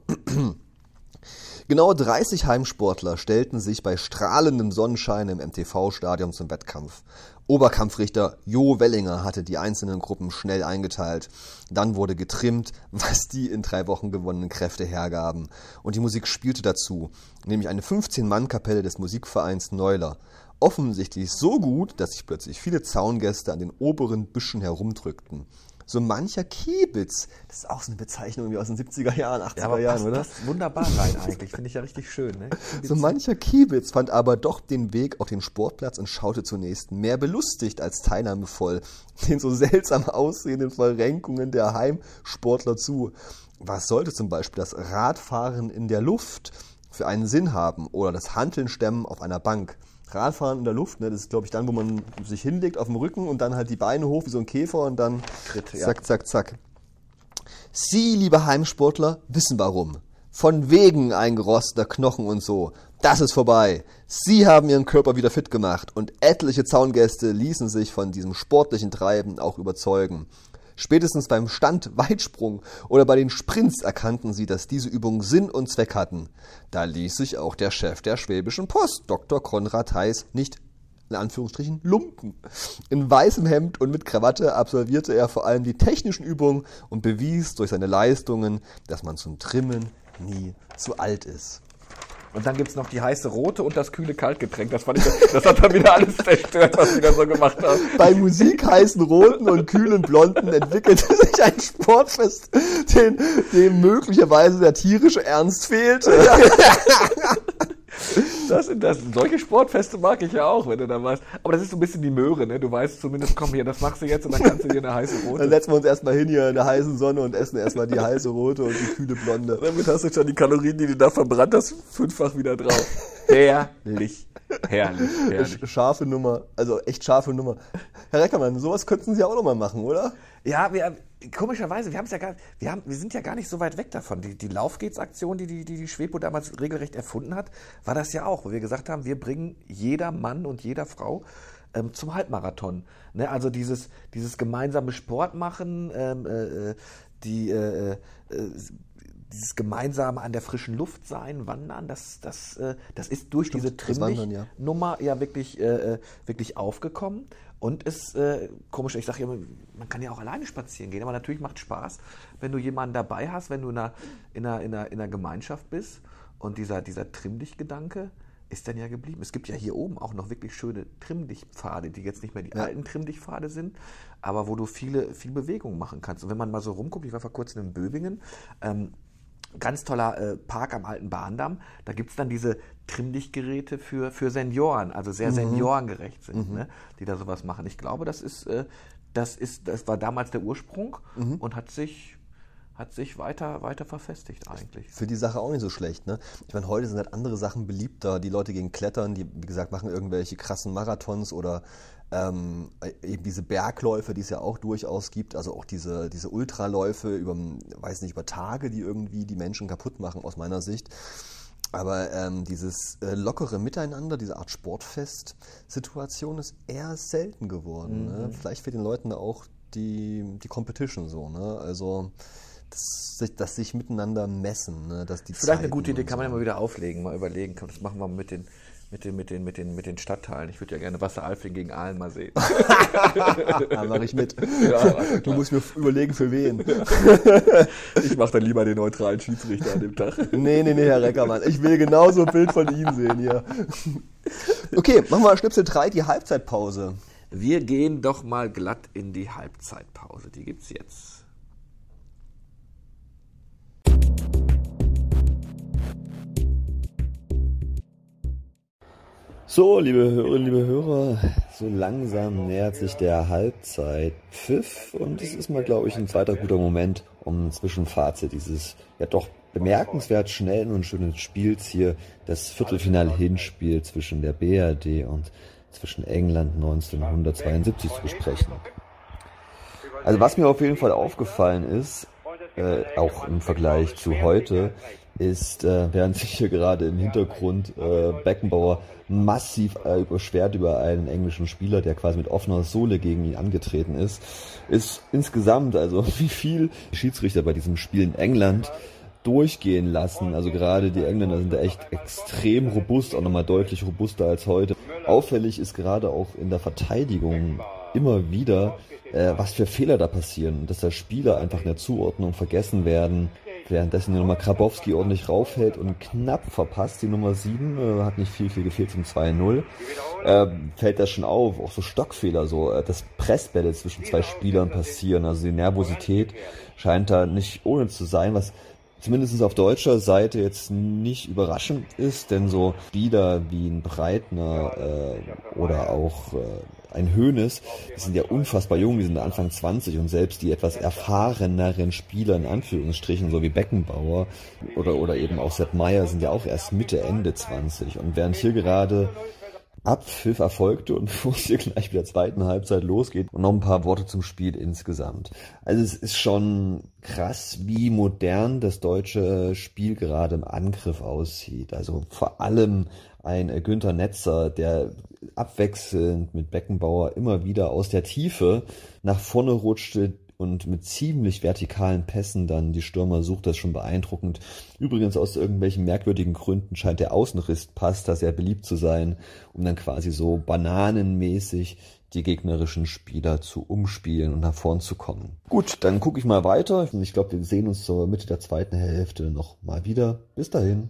Genau 30 Heimsportler stellten sich bei strahlendem Sonnenschein im MTV-Stadion zum Wettkampf. Oberkampfrichter Jo Wellinger hatte die einzelnen Gruppen schnell eingeteilt. Dann wurde getrimmt, was die in 3 Wochen gewonnenen Kräfte hergaben. Und die Musik spielte dazu, nämlich eine 15-Mann-Kapelle des Musikvereins Neuler. Offensichtlich so gut, dass sich plötzlich viele Zaungäste an den oberen Büschen herumdrückten. So mancher Kiebitz, das ist auch so eine Bezeichnung wie aus den 70er Jahren, 80er Jahren, oder? Das ist wunderbar rein eigentlich, finde ich ja richtig schön. Ne? So mancher Kiebitz fand aber doch den Weg auf den Sportplatz und schaute zunächst mehr belustigt als teilnahmevoll den so seltsam aussehenden Verrenkungen der Heimsportler zu. Was sollte zum Beispiel das Radfahren in der Luft für einen Sinn haben oder das Hantelnstemmen auf einer Bank? Radfahren in der Luft, ne, das ist, glaube ich, dann, wo man sich hinlegt auf dem Rücken und dann halt die Beine hoch wie so ein Käfer und dann zack, zack, zack. Sie, liebe Heimsportler, wissen warum. Von wegen eingerosteter Knochen und so. Das ist vorbei. Sie haben ihren Körper wieder fit gemacht und etliche Zaungäste ließen sich von diesem sportlichen Treiben auch überzeugen. Spätestens beim Standweitsprung oder bei den Sprints erkannten sie, dass diese Übungen Sinn und Zweck hatten. Da ließ sich auch der Chef der Schwäbischen Post, Dr. Konrad Theis, nicht, in Anführungsstrichen, lumpen. In weißem Hemd und mit Krawatte absolvierte er vor allem die technischen Übungen und bewies durch seine Leistungen, dass man zum Trimmen nie zu alt ist. Und dann gibt es noch die heiße Rote und das kühle Kaltgetränk. Das hat dann wieder alles zerstört, was wir da so gemacht haben. Bei Musik heißen Roten und kühlen Blonden entwickelte sich ein Sportfest, dem möglicherweise der tierische Ernst fehlte. Solche Sportfeste mag ich ja auch, wenn du da weißt. Aber das ist so ein bisschen die Möhre, ne? Du weißt zumindest, komm hier, das machst du jetzt und dann kannst du dir eine heiße Rote. Dann setzen wir uns erstmal hin hier in der heißen Sonne und essen erstmal die heiße Rote und die kühle Blonde. Damit hast du schon die Kalorien, die du da verbrannt hast, 5-fach wieder drauf. Herrlich. Scharfe Nummer, also echt scharfe Nummer. Herr Reckermann, sowas könnten Sie auch noch mal machen, oder? Ja, komischerweise, wir sind ja gar nicht so weit weg davon. Die Laufgehtsaktion, die Schwepo damals regelrecht erfunden hat, war das ja auch, wo wir gesagt haben, wir bringen jeder Mann und jeder Frau zum Halbmarathon. Ne? Also dieses gemeinsame Sport machen, dieses gemeinsame an der frischen Luft sein, wandern, das ist durch diese Trimmlich-Nummer ja wirklich aufgekommen. Und ist komisch, ich sage immer, man kann ja auch alleine spazieren gehen, aber natürlich macht Spaß, wenn du jemanden dabei hast, wenn du in einer Gemeinschaft bist. Und dieser Trimm-Dich-Gedanke ist dann ja geblieben. Es gibt ja hier oben auch noch wirklich schöne Trimm-Dich-Pfade, die jetzt nicht mehr die alten Trimm-Dich-Pfade sind, aber wo du viel Bewegung machen kannst. Und wenn man mal so rumguckt, ich war vor kurzem in Böbingen, ganz toller Park am alten Bahndamm. Da gibt es dann diese Trimm-Dich-Geräte für Senioren, also sehr seniorengerecht sind, ne, die da sowas machen. Ich glaube, das war damals der Ursprung und hat sich hat sich weiter verfestigt eigentlich. Für die Sache auch nicht so schlecht, ne? Ich meine, heute sind halt andere Sachen beliebter. Die Leute gehen klettern, die, wie gesagt, machen irgendwelche krassen Marathons oder eben diese Bergläufe, die es ja auch durchaus gibt, also auch diese Ultraläufe über Tage, die irgendwie die Menschen kaputt machen, aus meiner Sicht. Aber dieses lockere Miteinander, diese Art Sportfest-Situation ist eher selten geworden. Ne? Vielleicht fehlt den Leuten da auch die Competition so, ne? Also das sich miteinander messen, ne? Dass die Vielleicht eine Zeiten gute Idee, und kann man so. ja mal wieder auflegen, mal überlegen. Das machen wir mit den Stadtteilen. Ich würde ja gerne Wasseralfing gegen Aalen mal sehen. Da mache ich mit. Ja, Du musst mir überlegen, für wen. ich mache dann lieber den neutralen Schiedsrichter an dem Tag. Nee, Herr Reckermann. Ich will genauso ein Bild von Ihnen sehen hier. Okay, machen wir Schnipsel 3, die Halbzeitpause. Wir gehen doch mal glatt in die Halbzeitpause. Die gibt's jetzt. So, liebe Hörerinnen, liebe Hörer, so langsam nähert sich der Halbzeitpfiff und es ist mal, glaube ich, ein zweiter guter Moment, um ein Zwischenfazit dieses ja doch bemerkenswert schnellen und schönen Spiels hier, das Viertelfinal-Hinspiel zwischen der BRD und zwischen England 1972 zu besprechen. Also was mir auf jeden Fall aufgefallen ist, auch im Vergleich zu heute, ist, während sich hier gerade im Hintergrund Beckenbauer massiv überschwert über einen englischen Spieler, der quasi mit offener Sohle gegen ihn angetreten ist insgesamt, also wie viel die Schiedsrichter bei diesem Spiel in England durchgehen lassen. Also gerade die Engländer sind da echt extrem robust, auch nochmal deutlich robuster als heute. Auffällig ist gerade auch in der Verteidigung immer wieder, was für Fehler da passieren, dass da Spieler einfach in der Zuordnung vergessen werden, währenddessen nochmal Grabowski ordentlich raufhält und knapp verpasst, die Nummer 7, hat nicht viel gefehlt zum 2-0, fällt das schon auf, auch so Stockfehler, so, dass Pressbälle zwischen zwei Spielern passieren, also die Nervosität scheint da nicht ohne zu sein, was zumindest auf deutscher Seite jetzt nicht überraschend ist, denn so Spieler wie ein Breitner oder auch ein Hoeneß, die sind ja unfassbar jung, die sind Anfang 20 und selbst die etwas erfahreneren Spieler in Anführungsstrichen, so wie Beckenbauer oder eben auch Sepp Maier, sind ja auch erst Mitte, Ende 20. Und während hier gerade Abpfiff erfolgte und bevor es hier gleich mit der zweiten Halbzeit losgeht und noch ein paar Worte zum Spiel insgesamt. Also es ist schon krass, wie modern das deutsche Spiel gerade im Angriff aussieht. Also vor allem ein Günther Netzer, der abwechselnd mit Beckenbauer immer wieder aus der Tiefe nach vorne rutschte und mit ziemlich vertikalen Pässen dann die Stürmer sucht, das ist schon beeindruckend. Übrigens aus irgendwelchen merkwürdigen Gründen scheint der Außenriss-Pass da sehr beliebt zu sein, um dann quasi so bananenmäßig die gegnerischen Spieler zu umspielen und nach vorn zu kommen. Gut, dann gucke ich mal weiter. Ich glaube, wir sehen uns zur Mitte der zweiten Hälfte noch mal wieder. Bis dahin.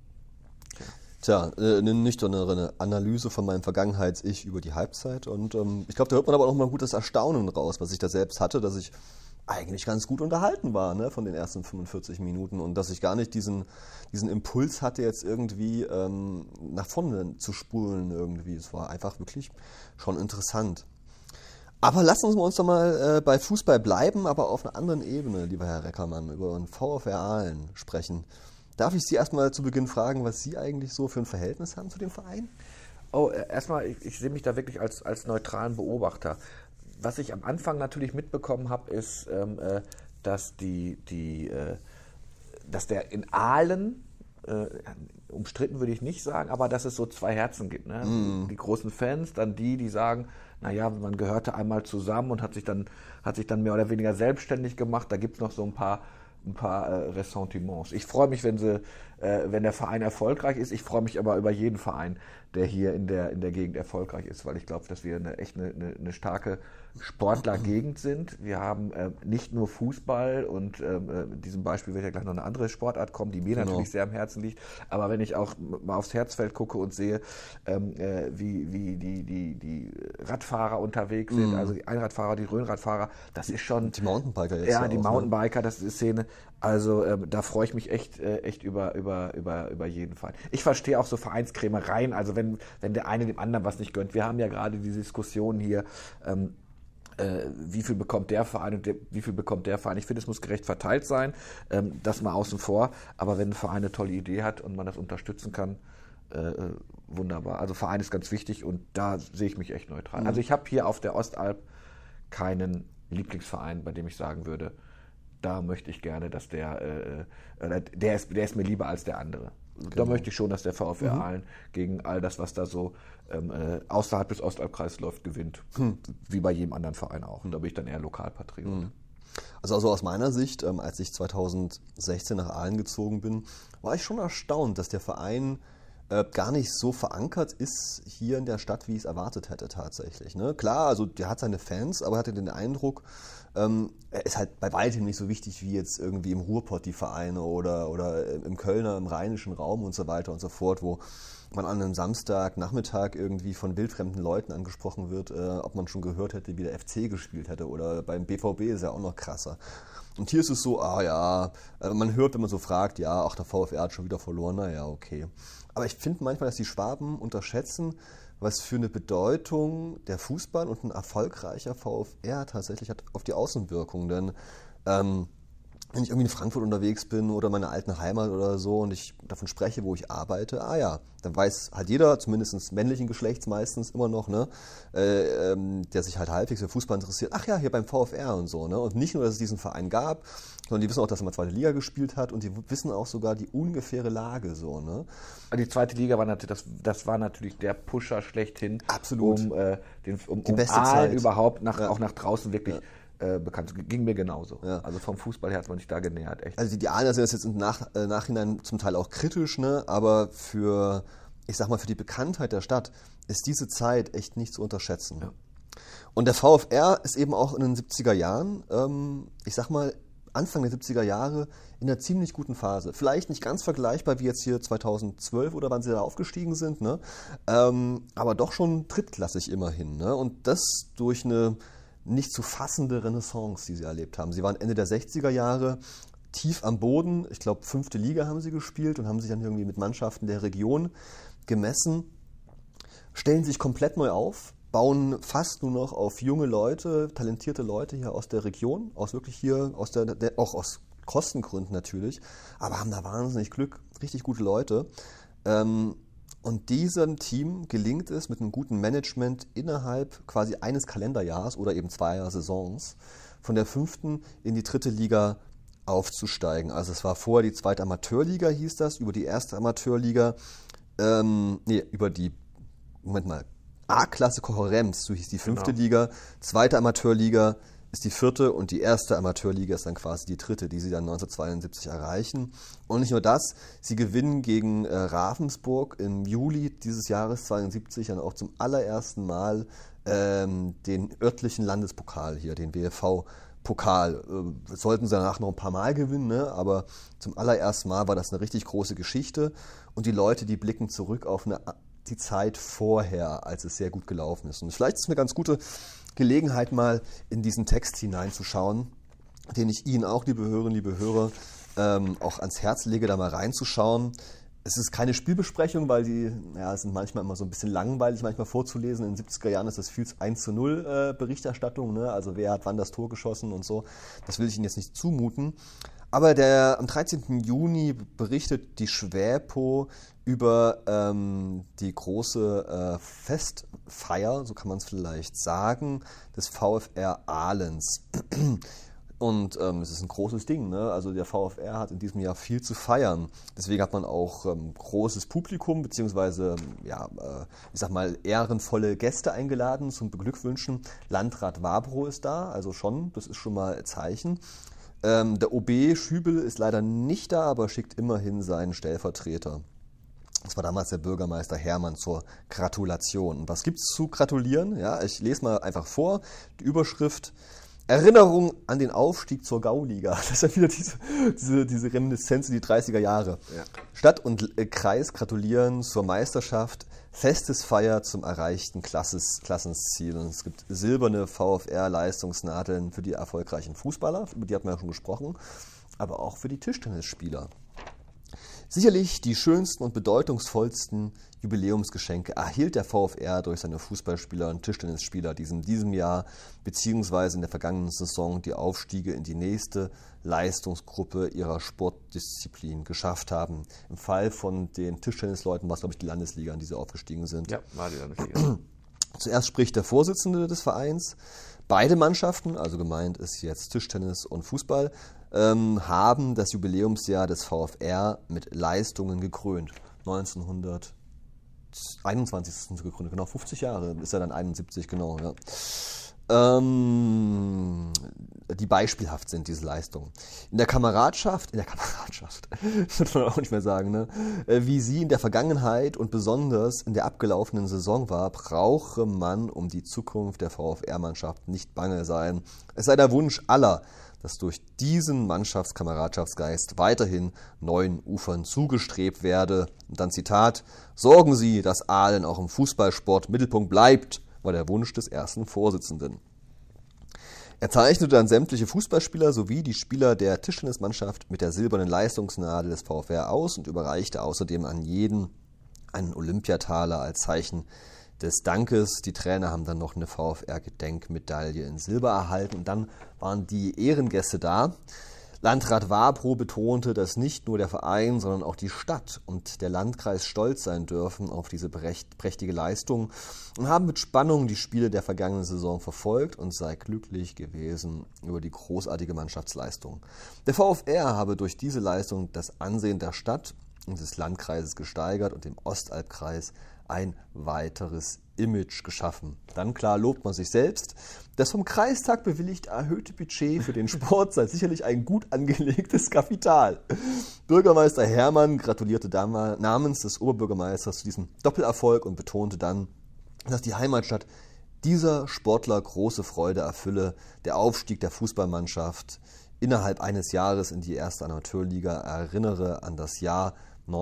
Tja, eine nüchternere Analyse von meinem Vergangenheits-Ich über die Halbzeit und ich glaube, da hört man aber auch mal gut das Erstaunen raus, was ich da selbst hatte, dass ich eigentlich ganz gut unterhalten war, ne, von den ersten 45 Minuten und dass ich gar nicht diesen Impuls hatte, jetzt irgendwie nach vorne zu spulen irgendwie. Es war einfach wirklich schon interessant. Aber lassen wir uns doch mal bei Fußball bleiben, aber auf einer anderen Ebene, lieber Herr Reckermann, über den VfR Aalen sprechen. Darf ich Sie erstmal zu Beginn fragen, was Sie eigentlich so für ein Verhältnis haben zu dem Verein? Oh, erstmal, ich sehe mich da wirklich als neutralen Beobachter. Was ich am Anfang natürlich mitbekommen habe, ist, dass dass der in Aalen, umstritten würde ich nicht sagen, aber dass es so zwei Herzen gibt. Ne? Die großen Fans, dann die sagen, naja, man gehörte einmal zusammen und hat sich dann mehr oder weniger selbstständig gemacht. Da gibt es noch so ein paar Ressentiments. Ich freue mich, wenn der Verein erfolgreich ist. Ich freue mich aber über jeden Verein, der hier in der Gegend erfolgreich ist, weil ich glaube, dass wir eine starke Sportlergegend sind. Wir haben nicht nur Fußball und in diesem Beispiel wird ja gleich noch eine andere Sportart kommen, die mir natürlich sehr am Herzen liegt. Aber wenn ich auch mal aufs Herzfeld gucke und sehe, wie die Radfahrer unterwegs sind, also die Einradfahrer, die Rhönradfahrer, das ist schon... Die Mountainbiker jetzt. Ja, die auch, Mountainbiker, das ist die Szene. Also da freue ich mich echt über jeden Fall. Ich verstehe auch so Vereinskrämereien, also wenn der eine dem anderen was nicht gönnt. Wir haben ja gerade die Diskussion hier, wie viel bekommt der Verein und wie viel bekommt der Verein. Ich finde, es muss gerecht verteilt sein, das mal außen vor. Aber wenn ein Verein eine tolle Idee hat und man das unterstützen kann, wunderbar. Also Verein ist ganz wichtig und da sehe ich mich echt neutral. Also ich habe hier auf der Ostalb keinen Lieblingsverein, bei dem ich sagen würde, da möchte ich gerne, dass der ist mir lieber als der andere. Da möchte ich schon, dass der VfR Aalen gegen all das, was da so außerhalb des Ostalbkreises läuft, gewinnt. Wie bei jedem anderen Verein auch. Und da bin ich dann eher Lokalpatriot. Also aus meiner Sicht, als ich 2016 nach Aalen gezogen bin, war ich schon erstaunt, dass der Verein gar nicht so verankert ist hier in der Stadt, wie ich es erwartet hätte tatsächlich. Ne? Klar, also der hat seine Fans, aber hatte den Eindruck, er ist halt bei weitem nicht so wichtig wie jetzt irgendwie im Ruhrpott die Vereine oder im Kölner, im rheinischen Raum und so weiter und so fort, wo man an einem Samstagnachmittag irgendwie von wildfremden Leuten angesprochen wird, ob man schon gehört hätte, wie der FC gespielt hätte. Oder beim BVB ist ja auch noch krasser. Und hier ist es so, man hört, wenn man so fragt, ja, ach, der VfR hat schon wieder verloren, naja, okay. Aber ich finde manchmal, dass die Schwaben unterschätzen, was für eine Bedeutung der Fußball und ein erfolgreicher VfR tatsächlich hat auf die Außenwirkung. Denn wenn ich irgendwie in Frankfurt unterwegs bin oder meine alten Heimat oder so und ich davon spreche, wo ich arbeite, dann weiß halt jeder, zumindest männlichen Geschlechts meistens immer noch, ne, der sich halt halbwegs für Fußball interessiert, ach ja, hier beim VfR und so. Ne? Und nicht nur, dass es diesen Verein gab, sondern die wissen auch, dass er mal zweite Liga gespielt hat und die wissen auch sogar die ungefähre Lage. So, ne? Die zweite Liga war natürlich, das war natürlich der Pusher schlechthin, Absolut. um Die beste Aalen Zeit. überhaupt auch nach draußen wirklich bekannt. Ging mir genauso. Ja. Also vom Fußball her hat man sich da genähert. Echt. Also die Aalener sind jetzt im Nachhinein zum Teil auch kritisch, ne? Aber für die Bekanntheit der Stadt ist diese Zeit echt nicht zu unterschätzen. Ja. Und der VfR ist eben auch in den 70er Jahren, Anfang der 70er Jahre, in einer ziemlich guten Phase. Vielleicht nicht ganz vergleichbar wie jetzt hier 2012 oder wann sie da aufgestiegen sind, ne? Aber doch schon drittklassig immerhin. Ne? Und das durch eine nicht zu fassende Renaissance, die sie erlebt haben. Sie waren Ende der 60er Jahre tief am Boden. Ich glaube, 5. Liga haben sie gespielt und haben sich dann irgendwie mit Mannschaften der Region gemessen. Stellen sich komplett neu auf, bauen fast nur noch auf junge Leute, talentierte Leute hier aus der Region, auch aus Kostengründen natürlich, aber haben da wahnsinnig Glück, richtig gute Leute. Und diesem Team gelingt es mit einem guten Management innerhalb quasi eines Kalenderjahres oder eben 2 Saisons von der 5. in die 3. Liga aufzusteigen. Also es war vorher die 2. Amateurliga, hieß das, über die 1. Amateurliga, über die, A-Klasse Kocherems, so hieß die 5. Liga, 2. Amateurliga ist die 4. und die 1. Amateurliga ist dann quasi die 3., die sie dann 1972 erreichen. Und nicht nur das, sie gewinnen gegen Ravensburg im Juli dieses Jahres 72 dann auch zum allerersten Mal den örtlichen Landespokal hier, den WFV-Pokal. Sollten sie danach noch ein paar Mal gewinnen, ne? Aber zum allerersten Mal war das eine richtig große Geschichte. Und die Leute, die blicken zurück auf die Zeit vorher, als es sehr gut gelaufen ist. Und vielleicht ist es eine ganz gute Gelegenheit, mal in diesen Text hineinzuschauen, den ich Ihnen auch, liebe Hörerinnen, liebe Hörer, auch ans Herz lege, da mal reinzuschauen. Es ist keine Spielbesprechung, weil die sind manchmal immer so ein bisschen langweilig manchmal vorzulesen. In den 70er Jahren ist das viel 1:0 Berichterstattung, ne? Also wer hat wann das Tor geschossen und so. Das will ich Ihnen jetzt nicht zumuten. Aber am 13. Juni berichtet die Schwäpo über die große Festfeier, so kann man es vielleicht sagen, des VfR Ahlens. Und es ist ein großes Ding, ne? Also der VfR hat in diesem Jahr viel zu feiern. Deswegen hat man auch großes Publikum, beziehungsweise ehrenvolle Gäste eingeladen zum Beglückwünschen. Landrat Wabro ist da, also das ist schon mal ein Zeichen. Der OB Schübel ist leider nicht da, aber schickt immerhin seinen Stellvertreter. Das war damals der Bürgermeister Hermann zur Gratulation. Und was gibt's zu gratulieren? Ja, ich lese mal einfach vor. Die Überschrift: Erinnerung an den Aufstieg zur Gauliga. Das ist ja wieder diese Reminiszenz in die 30er Jahre. Ja. Stadt und Kreis gratulieren zur Meisterschaft. Festesfeier zum erreichten Klassenziel. Und es gibt silberne VfR-Leistungsnadeln für die erfolgreichen Fußballer, über die hat man ja schon gesprochen, aber auch für die Tischtennisspieler. Sicherlich die schönsten und bedeutungsvollsten Jubiläumsgeschenke erhielt der VfR durch seine Fußballspieler und Tischtennisspieler, die in diesem Jahr bzw. in der vergangenen Saison die Aufstiege in die nächste Leistungsgruppe ihrer Sportdisziplin geschafft haben. Im Fall von den Tischtennisleuten war es, glaube ich, die Landesliga, in die sie aufgestiegen sind. Ja, war die Landesliga. Zuerst spricht der Vorsitzende des Vereins. Beide Mannschaften, also gemeint ist jetzt Tischtennis und Fußball, haben das Jubiläumsjahr des VfR mit Leistungen gekrönt. 1921 ist es gegründet, genau, 50 Jahre, ist er dann 71, genau, ja. Die beispielhaft sind, diese Leistungen. In der Kameradschaft, wird man auch nicht mehr sagen, ne? Wie sie in der Vergangenheit und besonders in der abgelaufenen Saison war, brauche man um die Zukunft der VfR-Mannschaft nicht bange sein. Es sei der Wunsch aller, dass durch diesen Mannschaftskameradschaftsgeist weiterhin neuen Ufern zugestrebt werde. Und dann Zitat: Sorgen Sie, dass Aalen auch im Fußballsport Mittelpunkt bleibt, war der Wunsch des ersten Vorsitzenden. Er zeichnete dann sämtliche Fußballspieler sowie die Spieler der Tischtennismannschaft mit der silbernen Leistungsnadel des VfR aus und überreichte außerdem an jeden einen Olympiataler als Zeichen des Dankes. Die Trainer haben dann noch eine VfR-Gedenkmedaille in Silber erhalten und dann waren die Ehrengäste da. Landrat Wabro betonte, dass nicht nur der Verein, sondern auch die Stadt und der Landkreis stolz sein dürfen auf diese prächtige Leistung und haben mit Spannung die Spiele der vergangenen Saison verfolgt und sei glücklich gewesen über die großartige Mannschaftsleistung. Der VfR habe durch diese Leistung das Ansehen der Stadt und des Landkreises gesteigert und dem Ostalbkreis ein weiteres Image geschaffen. Dann klar lobt man sich selbst. Das vom Kreistag bewilligt erhöhte Budget für den Sport sei sicherlich ein gut angelegtes Kapital. Bürgermeister Hermann gratulierte namens des Oberbürgermeisters zu diesem Doppelerfolg und betonte dann, dass die Heimatstadt dieser Sportler große Freude erfülle. Der Aufstieg der Fußballmannschaft innerhalb eines Jahres in die erste Amateurliga erinnere an das Jahr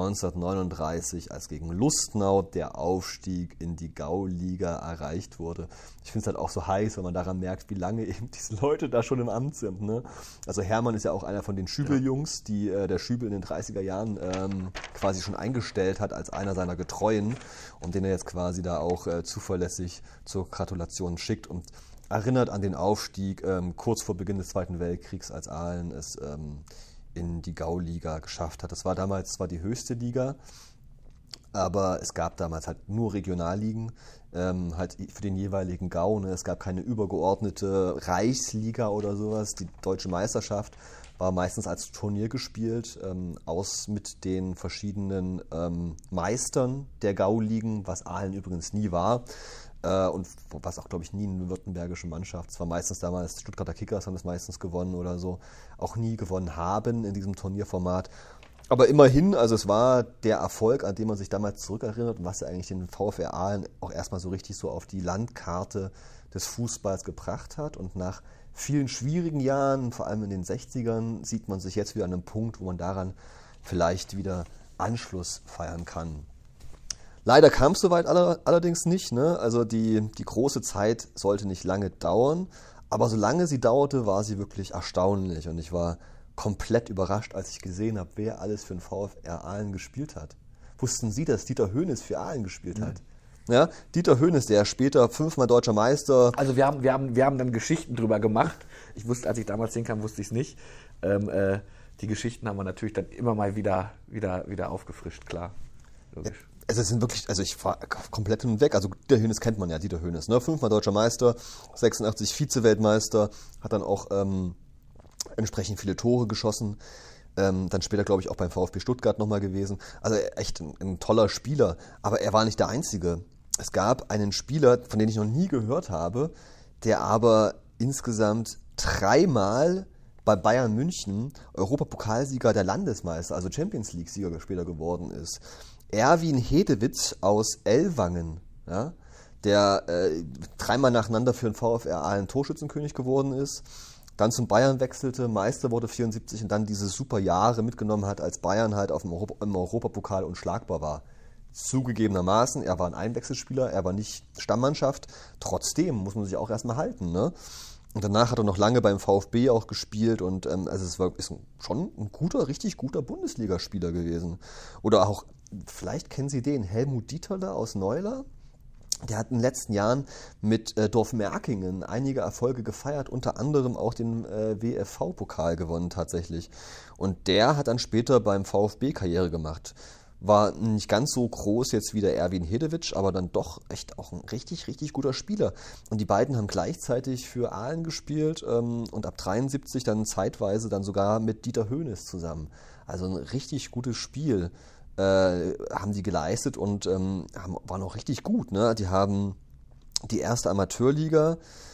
1939, als gegen Lustenau der Aufstieg in die Gauliga erreicht wurde. Ich finde es halt auch so heiß, wenn man daran merkt, wie lange eben diese Leute da schon im Amt sind. Ne? Also Hermann ist ja auch einer von den Schübel-Jungs, die der Schübel in den 30er Jahren quasi schon eingestellt hat als einer seiner Getreuen und den er jetzt quasi da auch zuverlässig zur Gratulation schickt und erinnert an den Aufstieg kurz vor Beginn des Zweiten Weltkriegs, als Aalen es in die Gauliga geschafft hat. Das war damals zwar die höchste Liga, aber es gab damals halt nur Regionalligen, halt für den jeweiligen Gau. Ne? Es gab keine übergeordnete Reichsliga oder sowas. Die deutsche Meisterschaft war meistens als Turnier gespielt, mit den verschiedenen Meistern der Gauligen, was Aalen übrigens nie war. Und was auch, glaube ich, nie eine württembergische Mannschaft. Es war meistens damals, Stuttgarter Kickers haben es meistens gewonnen oder so, auch nie gewonnen haben in diesem Turnierformat. Aber immerhin, also es war der Erfolg, an den man sich damals zurückerinnert und was ja eigentlich den VfR Aalen auch erstmal so richtig so auf die Landkarte des Fußballs gebracht hat. Und nach vielen schwierigen Jahren, vor allem in den 60ern, sieht man sich jetzt wieder an einem Punkt, wo man daran vielleicht wieder Anschluss feiern kann. Leider kam es soweit allerdings nicht. Ne? Also die große Zeit sollte nicht lange dauern, aber solange sie dauerte, war sie wirklich erstaunlich. Und ich war komplett überrascht, als ich gesehen habe, wer alles für den VfR Aalen gespielt hat. Wussten Sie, dass Dieter Hoeneß für Aalen gespielt hat? Ja, Dieter Hoeneß, der später 5-mal deutscher Meister. Also wir haben dann Geschichten drüber gemacht. Ich wusste, als ich damals hinkam, wusste ich es nicht. Die Geschichten haben wir natürlich dann immer mal wieder aufgefrischt, klar. Logisch. Es sind wirklich, also ich war komplett hin und weg. Also Dieter Hoeneß kennt man ja, Dieter Hoeneß, ne? 5-mal deutscher Meister, 86 Vize-Weltmeister, hat dann auch entsprechend viele Tore geschossen. Dann später, glaube ich, auch beim VfB Stuttgart nochmal gewesen. Also echt ein toller Spieler. Aber er war nicht der Einzige. Es gab einen Spieler, von dem ich noch nie gehört habe, der aber insgesamt 3-mal bei Bayern München Europapokalsieger der Landesmeister, also Champions League-Sieger später geworden ist. Erwin Hedewitz aus Ellwangen, ja, der 3-mal nacheinander für den VfR Aalen Torschützenkönig geworden ist, dann zum Bayern wechselte, Meister wurde 74 und dann diese super Jahre mitgenommen hat, als Bayern halt im Europapokal unschlagbar war. Zugegebenermaßen, er war ein Einwechselspieler, er war nicht Stammmannschaft, trotzdem muss man sich auch erstmal halten, ne? Und danach hat er noch lange beim VfB auch gespielt und also ist schon ein richtig guter Bundesligaspieler gewesen. Oder auch vielleicht kennen Sie den, Helmut Dieterle aus Neuler. Der hat in den letzten Jahren mit Dorfmerkingen einige Erfolge gefeiert, unter anderem auch den WFV-Pokal gewonnen tatsächlich. Und der hat dann später beim VfB Karriere gemacht. War nicht ganz so groß jetzt wie der Erwin Hedewitsch, aber dann doch echt auch ein richtig, richtig guter Spieler. Und die beiden haben gleichzeitig für Aalen gespielt und ab 73 dann zeitweise dann sogar mit Dieter Hoeneß zusammen. Also ein richtig gutes Spiel haben die geleistet und waren auch richtig gut. Ne? Die haben die erste Amateurliga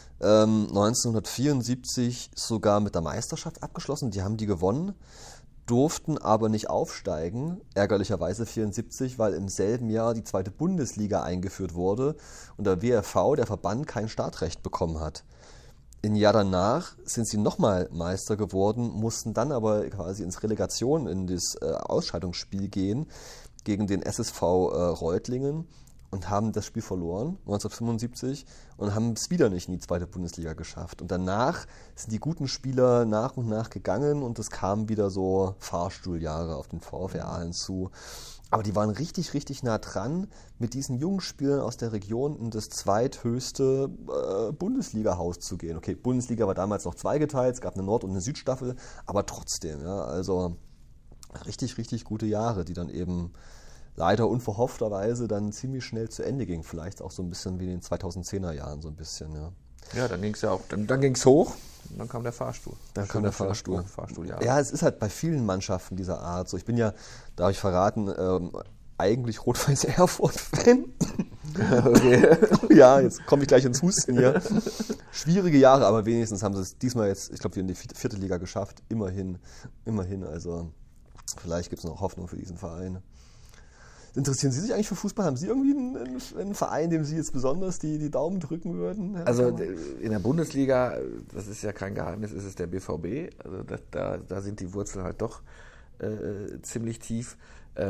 1974 sogar mit der Meisterschaft abgeschlossen. Die haben die gewonnen, durften aber nicht aufsteigen, ärgerlicherweise 74, weil im selben Jahr die zweite Bundesliga eingeführt wurde und der WRV, der Verband, kein Startrecht bekommen hat. Im Jahr danach sind sie nochmal Meister geworden, mussten dann aber quasi ins Relegation, in das Ausscheidungsspiel gehen gegen den SSV Reutlingen und haben das Spiel verloren, 1975, und haben es wieder nicht in die zweite Bundesliga geschafft. Und danach sind die guten Spieler nach und nach gegangen und es kamen wieder so Fahrstuhljahre auf den VfR Aalen zu. Aber die waren richtig, richtig nah dran, mit diesen jungen Spielern aus der Region in das zweithöchste Bundesliga-Haus zu gehen. Okay, Bundesliga war damals noch zweigeteilt, es gab eine Nord- und eine Südstaffel, aber trotzdem, ja, also richtig, richtig gute Jahre, die dann eben leider unverhoffterweise dann ziemlich schnell zu Ende ging. Vielleicht auch so ein bisschen wie in den 2010er Jahren, so ein bisschen, ja. Ja, dann ging es ja auch, dann ging es hoch und dann kam der Fahrstuhl. Dann kam der Fahrstuhl. Ja. Ja, es ist halt bei vielen Mannschaften dieser Art so. Ich bin ja, darf ich verraten, eigentlich Rot-Weiß Erfurt-Fan. Okay. Ja, jetzt komme ich gleich ins Husten hier. Schwierige Jahre, aber wenigstens haben sie es diesmal jetzt, ich glaube, wir in die vierte Liga geschafft. Immerhin. Also vielleicht gibt es noch Hoffnung für diesen Verein. Interessieren Sie sich eigentlich für Fußball? Haben Sie irgendwie einen Verein, dem Sie jetzt besonders die Daumen drücken würden? Also in der Bundesliga, das ist ja kein Geheimnis, ist es der BVB. Also da sind die Wurzeln halt doch ziemlich tief.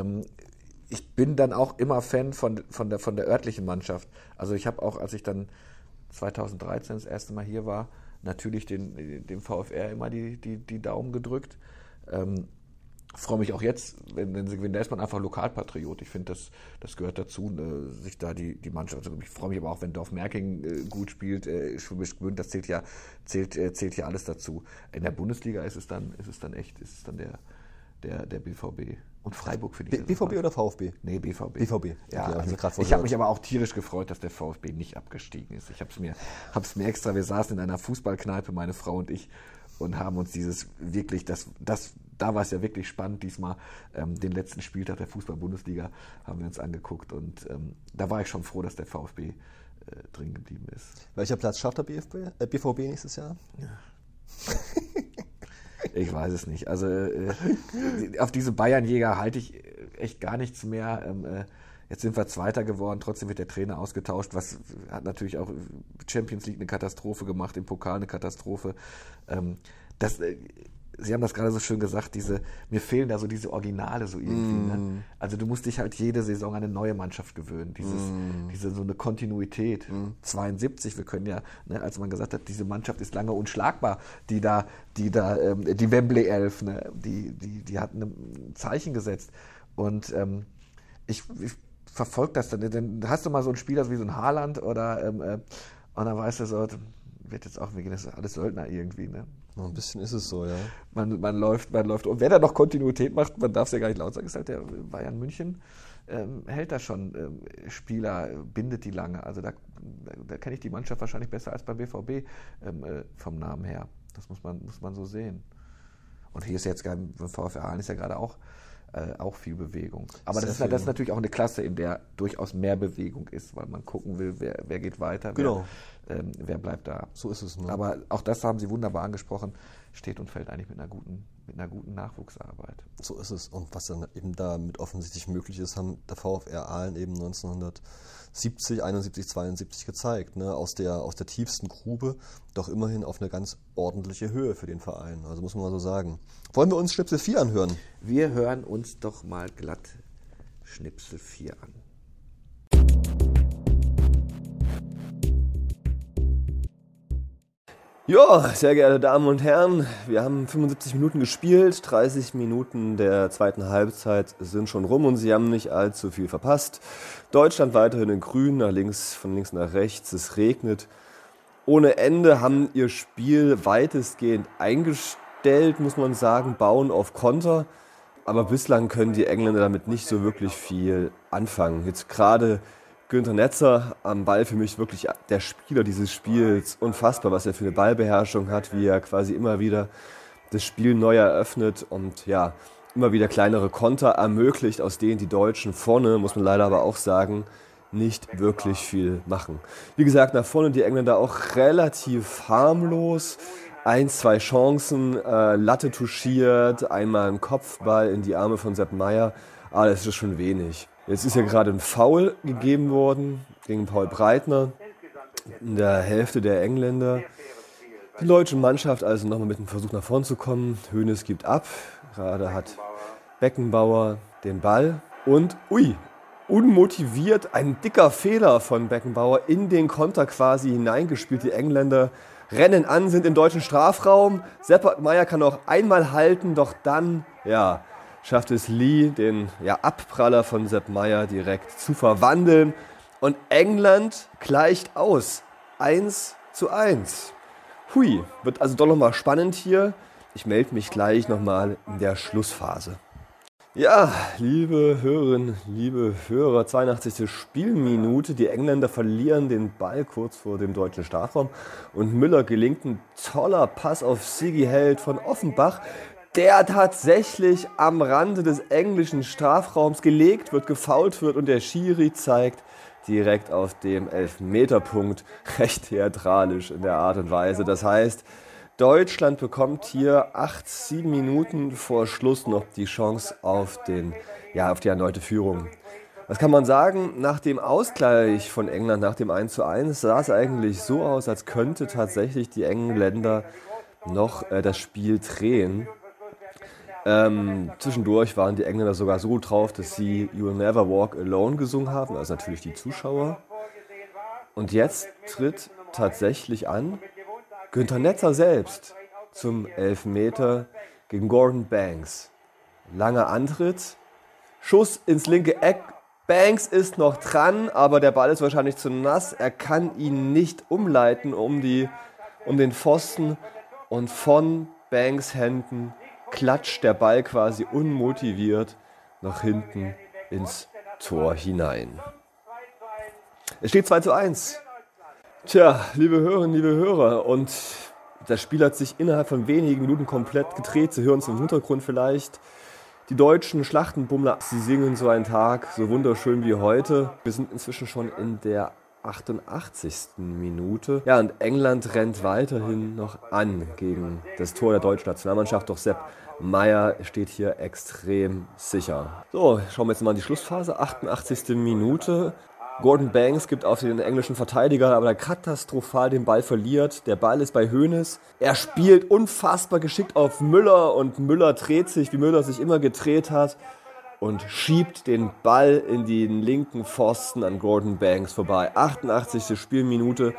Ich bin dann auch immer Fan von der örtlichen Mannschaft. Also ich habe auch, als ich dann 2013 das erste Mal hier war, natürlich dem VfR immer die Daumen gedrückt. Freue mich auch jetzt, wenn sie gewinnen. Da ist man einfach Lokalpatriot. Ich finde, das gehört dazu, sich da die Mannschaft. Also ich freue mich aber auch, wenn Dorfmerking gut spielt. Das zählt ja alles dazu. In der Bundesliga ist es dann der BVB. Und Freiburg finde ich. BVB oder VfB? Nee, BVB. BVB. Ja, okay, also ich habe mich aber auch tierisch gefreut, dass der VfB nicht abgestiegen ist. Ich habe es mir extra, wir saßen in einer Fußballkneipe, meine Frau und ich, und haben uns da war es ja wirklich spannend diesmal, den letzten Spieltag der Fußball-Bundesliga haben wir uns angeguckt und da war ich schon froh, dass der VfB drin geblieben ist. Welcher Platz schafft der BVB nächstes Jahr? Ja. Ich weiß es nicht. Also auf diese Bayernjäger halte ich echt gar nichts mehr. Jetzt sind wir Zweiter geworden, trotzdem wird der Trainer ausgetauscht, was hat natürlich auch Champions League eine Katastrophe gemacht, im Pokal eine Katastrophe. Sie haben das gerade so schön gesagt, mir fehlen da so diese Originale so irgendwie. Ne? Also du musst dich halt jede Saison an eine neue Mannschaft gewöhnen, diese so eine Kontinuität. 72, wir können ja, ne, als man gesagt hat, diese Mannschaft ist lange unschlagbar, die Wembley 11, ne, die hatten ein Zeichen gesetzt und ich verfolge das dann hast du mal so einen Spieler wie so ein Haaland oder und dann weißt du so, wird jetzt auch, wir gehen das alles Söldner irgendwie, ne? Ein bisschen ist es so, ja. Man läuft. Und wer da noch Kontinuität macht, man darf es ja gar nicht laut sagen, ist halt der Bayern München, hält da schon Spieler, bindet die lange. Also da kenne ich die Mannschaft wahrscheinlich besser als beim BVB vom Namen her. Das muss man so sehen. Und hier ist jetzt beim VfR Aalen ist ja gerade auch viel Bewegung. Aber das ist natürlich auch eine Klasse, in der durchaus mehr Bewegung ist, weil man gucken will, wer geht weiter, genau. Wer bleibt da. So ist es. Ne? Aber auch das haben Sie wunderbar angesprochen, steht und fällt eigentlich mit einer guten Nachwuchsarbeit. So ist es. Und was dann eben damit offensichtlich möglich ist, haben der VfR Aalen eben 1970, 71, 72 gezeigt. Ne? Aus der tiefsten Grube doch immerhin auf eine ganz ordentliche Höhe für den Verein. Also muss man mal so sagen. Wollen wir uns Schnipsel 4 anhören? Wir hören uns doch mal glatt Schnipsel 4 an. Ja, sehr geehrte Damen und Herren, wir haben 75 Minuten gespielt, 30 Minuten der zweiten Halbzeit sind schon rum und Sie haben nicht allzu viel verpasst. Deutschland weiterhin in grün, von links nach rechts, es regnet. Ohne Ende, haben ihr Spiel weitestgehend eingestellt, muss man sagen, bauen auf Konter. Aber bislang können die Engländer damit nicht so wirklich viel anfangen. Jetzt gerade Günther Netzer am Ball, für mich wirklich der Spieler dieses Spiels. Unfassbar, was er für eine Ballbeherrschung hat, wie er quasi immer wieder das Spiel neu eröffnet und ja, immer wieder kleinere Konter ermöglicht, aus denen die Deutschen vorne, muss man leider aber auch sagen, nicht wirklich viel machen. Wie gesagt, nach vorne die Engländer auch relativ harmlos. 1, 2 Chancen, Latte touchiert, einmal ein Kopfball in die Arme von Sepp Maier. Aber das ist schon wenig. Jetzt ist ja gerade ein Foul gegeben worden gegen Paul Breitner in der Hälfte der Engländer. Die deutsche Mannschaft also nochmal mit dem Versuch nach vorn zu kommen. Hoeneß gibt ab. Gerade hat Beckenbauer den Ball. Und, unmotiviert ein dicker Fehler von Beckenbauer in den Konter quasi hineingespielt. Die Engländer rennen an, sind im deutschen Strafraum. Sepp Maier kann noch einmal halten, doch dann, ja, schafft es Lee, den Abpraller von Sepp Maier direkt zu verwandeln. Und England gleicht aus. 1:1. Hui, wird also doch nochmal spannend hier. Ich melde mich gleich nochmal in der Schlussphase. Ja, liebe Hörerinnen, liebe Hörer, 82. Spielminute. Die Engländer verlieren den Ball kurz vor dem deutschen Strafraum. Und Müller gelingt ein toller Pass auf Sigi Held von Offenbach, der tatsächlich am Rande des englischen Strafraums gelegt wird, gefoult wird und der Schiri zeigt direkt auf dem Elfmeterpunkt, recht theatralisch in der Art und Weise. Das heißt, Deutschland bekommt hier 7 Minuten vor Schluss noch die Chance auf die erneute Führung. Was kann man sagen? Nach dem Ausgleich von England, nach dem 1:1, sah es eigentlich so aus, als könnte tatsächlich die Engländer noch das Spiel drehen. Zwischendurch waren die Engländer sogar so drauf, dass sie You'll Never Walk Alone gesungen haben, also natürlich die Zuschauer. Und jetzt tritt tatsächlich an Günther Netzer selbst zum Elfmeter gegen Gordon Banks. Langer Antritt, Schuss ins linke Eck. Banks ist noch dran, aber der Ball ist wahrscheinlich zu nass. Er kann ihn nicht umleiten um den Pfosten. Und von Banks Händen klatscht der Ball quasi unmotiviert nach hinten ins Tor hinein. Es steht 2:1. Tja, liebe Hörerinnen, liebe Hörer, und das Spiel hat sich innerhalb von wenigen Minuten komplett gedreht. Sie hören es im Hintergrund vielleicht. Die deutschen Schlachtenbummler, sie singen so einen Tag, so wunderschön wie heute. Wir sind inzwischen schon in der 88. Minute. Ja, und England rennt weiterhin noch an gegen das Tor der deutschen Nationalmannschaft. Doch Sepp Maier steht hier extrem sicher. So, schauen wir jetzt mal in die Schlussphase. 88. Minute. Gordon Banks gibt auf den englischen Verteidiger, aber der katastrophal den Ball verliert. Der Ball ist bei Hoeneß. Er spielt unfassbar geschickt auf Müller und Müller dreht sich, wie Müller sich immer gedreht hat, und schiebt den Ball in den linken Pfosten an Gordon Banks vorbei. 88. Spielminute,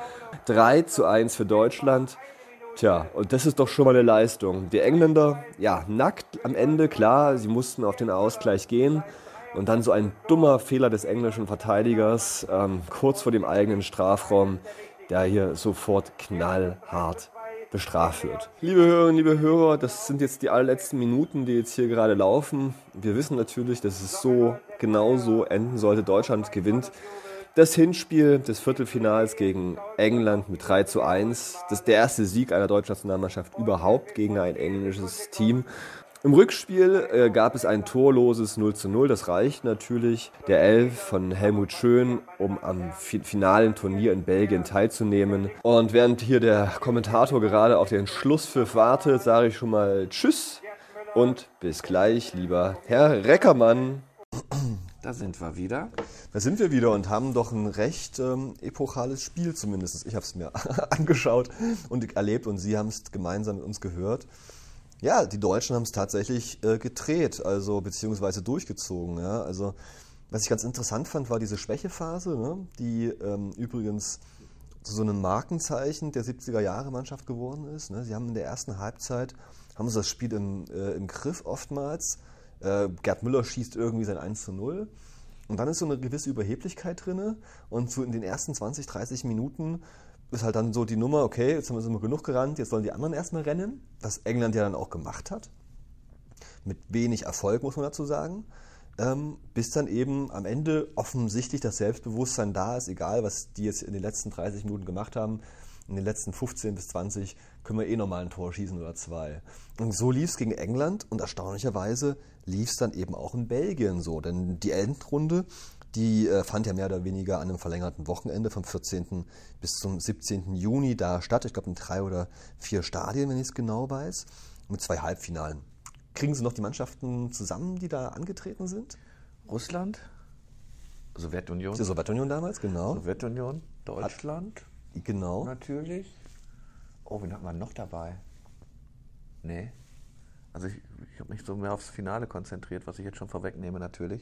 3:1 für Deutschland. Tja, und das ist doch schon mal eine Leistung. Die Engländer, ja, nackt am Ende, klar, sie mussten auf den Ausgleich gehen. Und dann so ein dummer Fehler des englischen Verteidigers, kurz vor dem eigenen Strafraum, der hier sofort knallhart bestraft wird. Liebe Hörerinnen, liebe Hörer, das sind jetzt die allerletzten Minuten, die jetzt hier gerade laufen. Wir wissen natürlich, dass es genauso enden sollte. Deutschland gewinnt das Hinspiel des Viertelfinals gegen England mit 3:1. Das ist der erste Sieg einer deutschen Nationalmannschaft überhaupt gegen ein englisches Team. Im Rückspiel gab es ein torloses 0:0, das reicht natürlich der Elf von Helmut Schön, um am finalen Turnier in Belgien teilzunehmen. Und während hier der Kommentator gerade auf den Schlusspfiff wartet, sage ich schon mal Tschüss und bis gleich, lieber Herr Reckermann. Da sind wir wieder. Da sind wir wieder und haben doch ein recht epochales Spiel zumindest. Ich habe es mir angeschaut und erlebt und Sie haben es gemeinsam mit uns gehört. Ja, die Deutschen haben es tatsächlich gedreht, also beziehungsweise durchgezogen. Ja. Also, was ich ganz interessant fand, war diese Schwächephase, ne, die übrigens zu so einem Markenzeichen der 70er-Jahre-Mannschaft geworden ist. Ne? Sie haben in der ersten Halbzeit, haben sie das Spiel im Griff oftmals. Gerd Müller schießt irgendwie sein 1:0. Und dann ist so eine gewisse Überheblichkeit drin. Und so in den ersten 20, 30 Minuten ist halt dann so die Nummer, okay, jetzt haben wir genug gerannt, jetzt sollen die anderen erstmal rennen. Was England ja dann auch gemacht hat. Mit wenig Erfolg, muss man dazu sagen. Bis dann eben am Ende offensichtlich das Selbstbewusstsein da ist, egal was die jetzt in den letzten 30 Minuten gemacht haben, in den letzten 15 bis 20 können wir eh nochmal ein Tor schießen oder 2. Und so lief es gegen England und erstaunlicherweise lief es dann eben auch in Belgien so, denn die Endrunde, die fand ja mehr oder weniger an einem verlängerten Wochenende vom 14. bis zum 17. Juni da statt, ich glaube in 3 oder 4 Stadien, wenn ich es genau weiß, mit 2 Halbfinalen. Kriegen Sie noch die Mannschaften zusammen, die da angetreten sind? Russland, Sowjetunion. Die Sowjetunion damals, genau. Sowjetunion, Deutschland. Genau. Natürlich. Oh, wen hatten wir noch dabei? Nee. Also ich habe mich so mehr aufs Finale konzentriert, was ich jetzt schon vorwegnehme natürlich.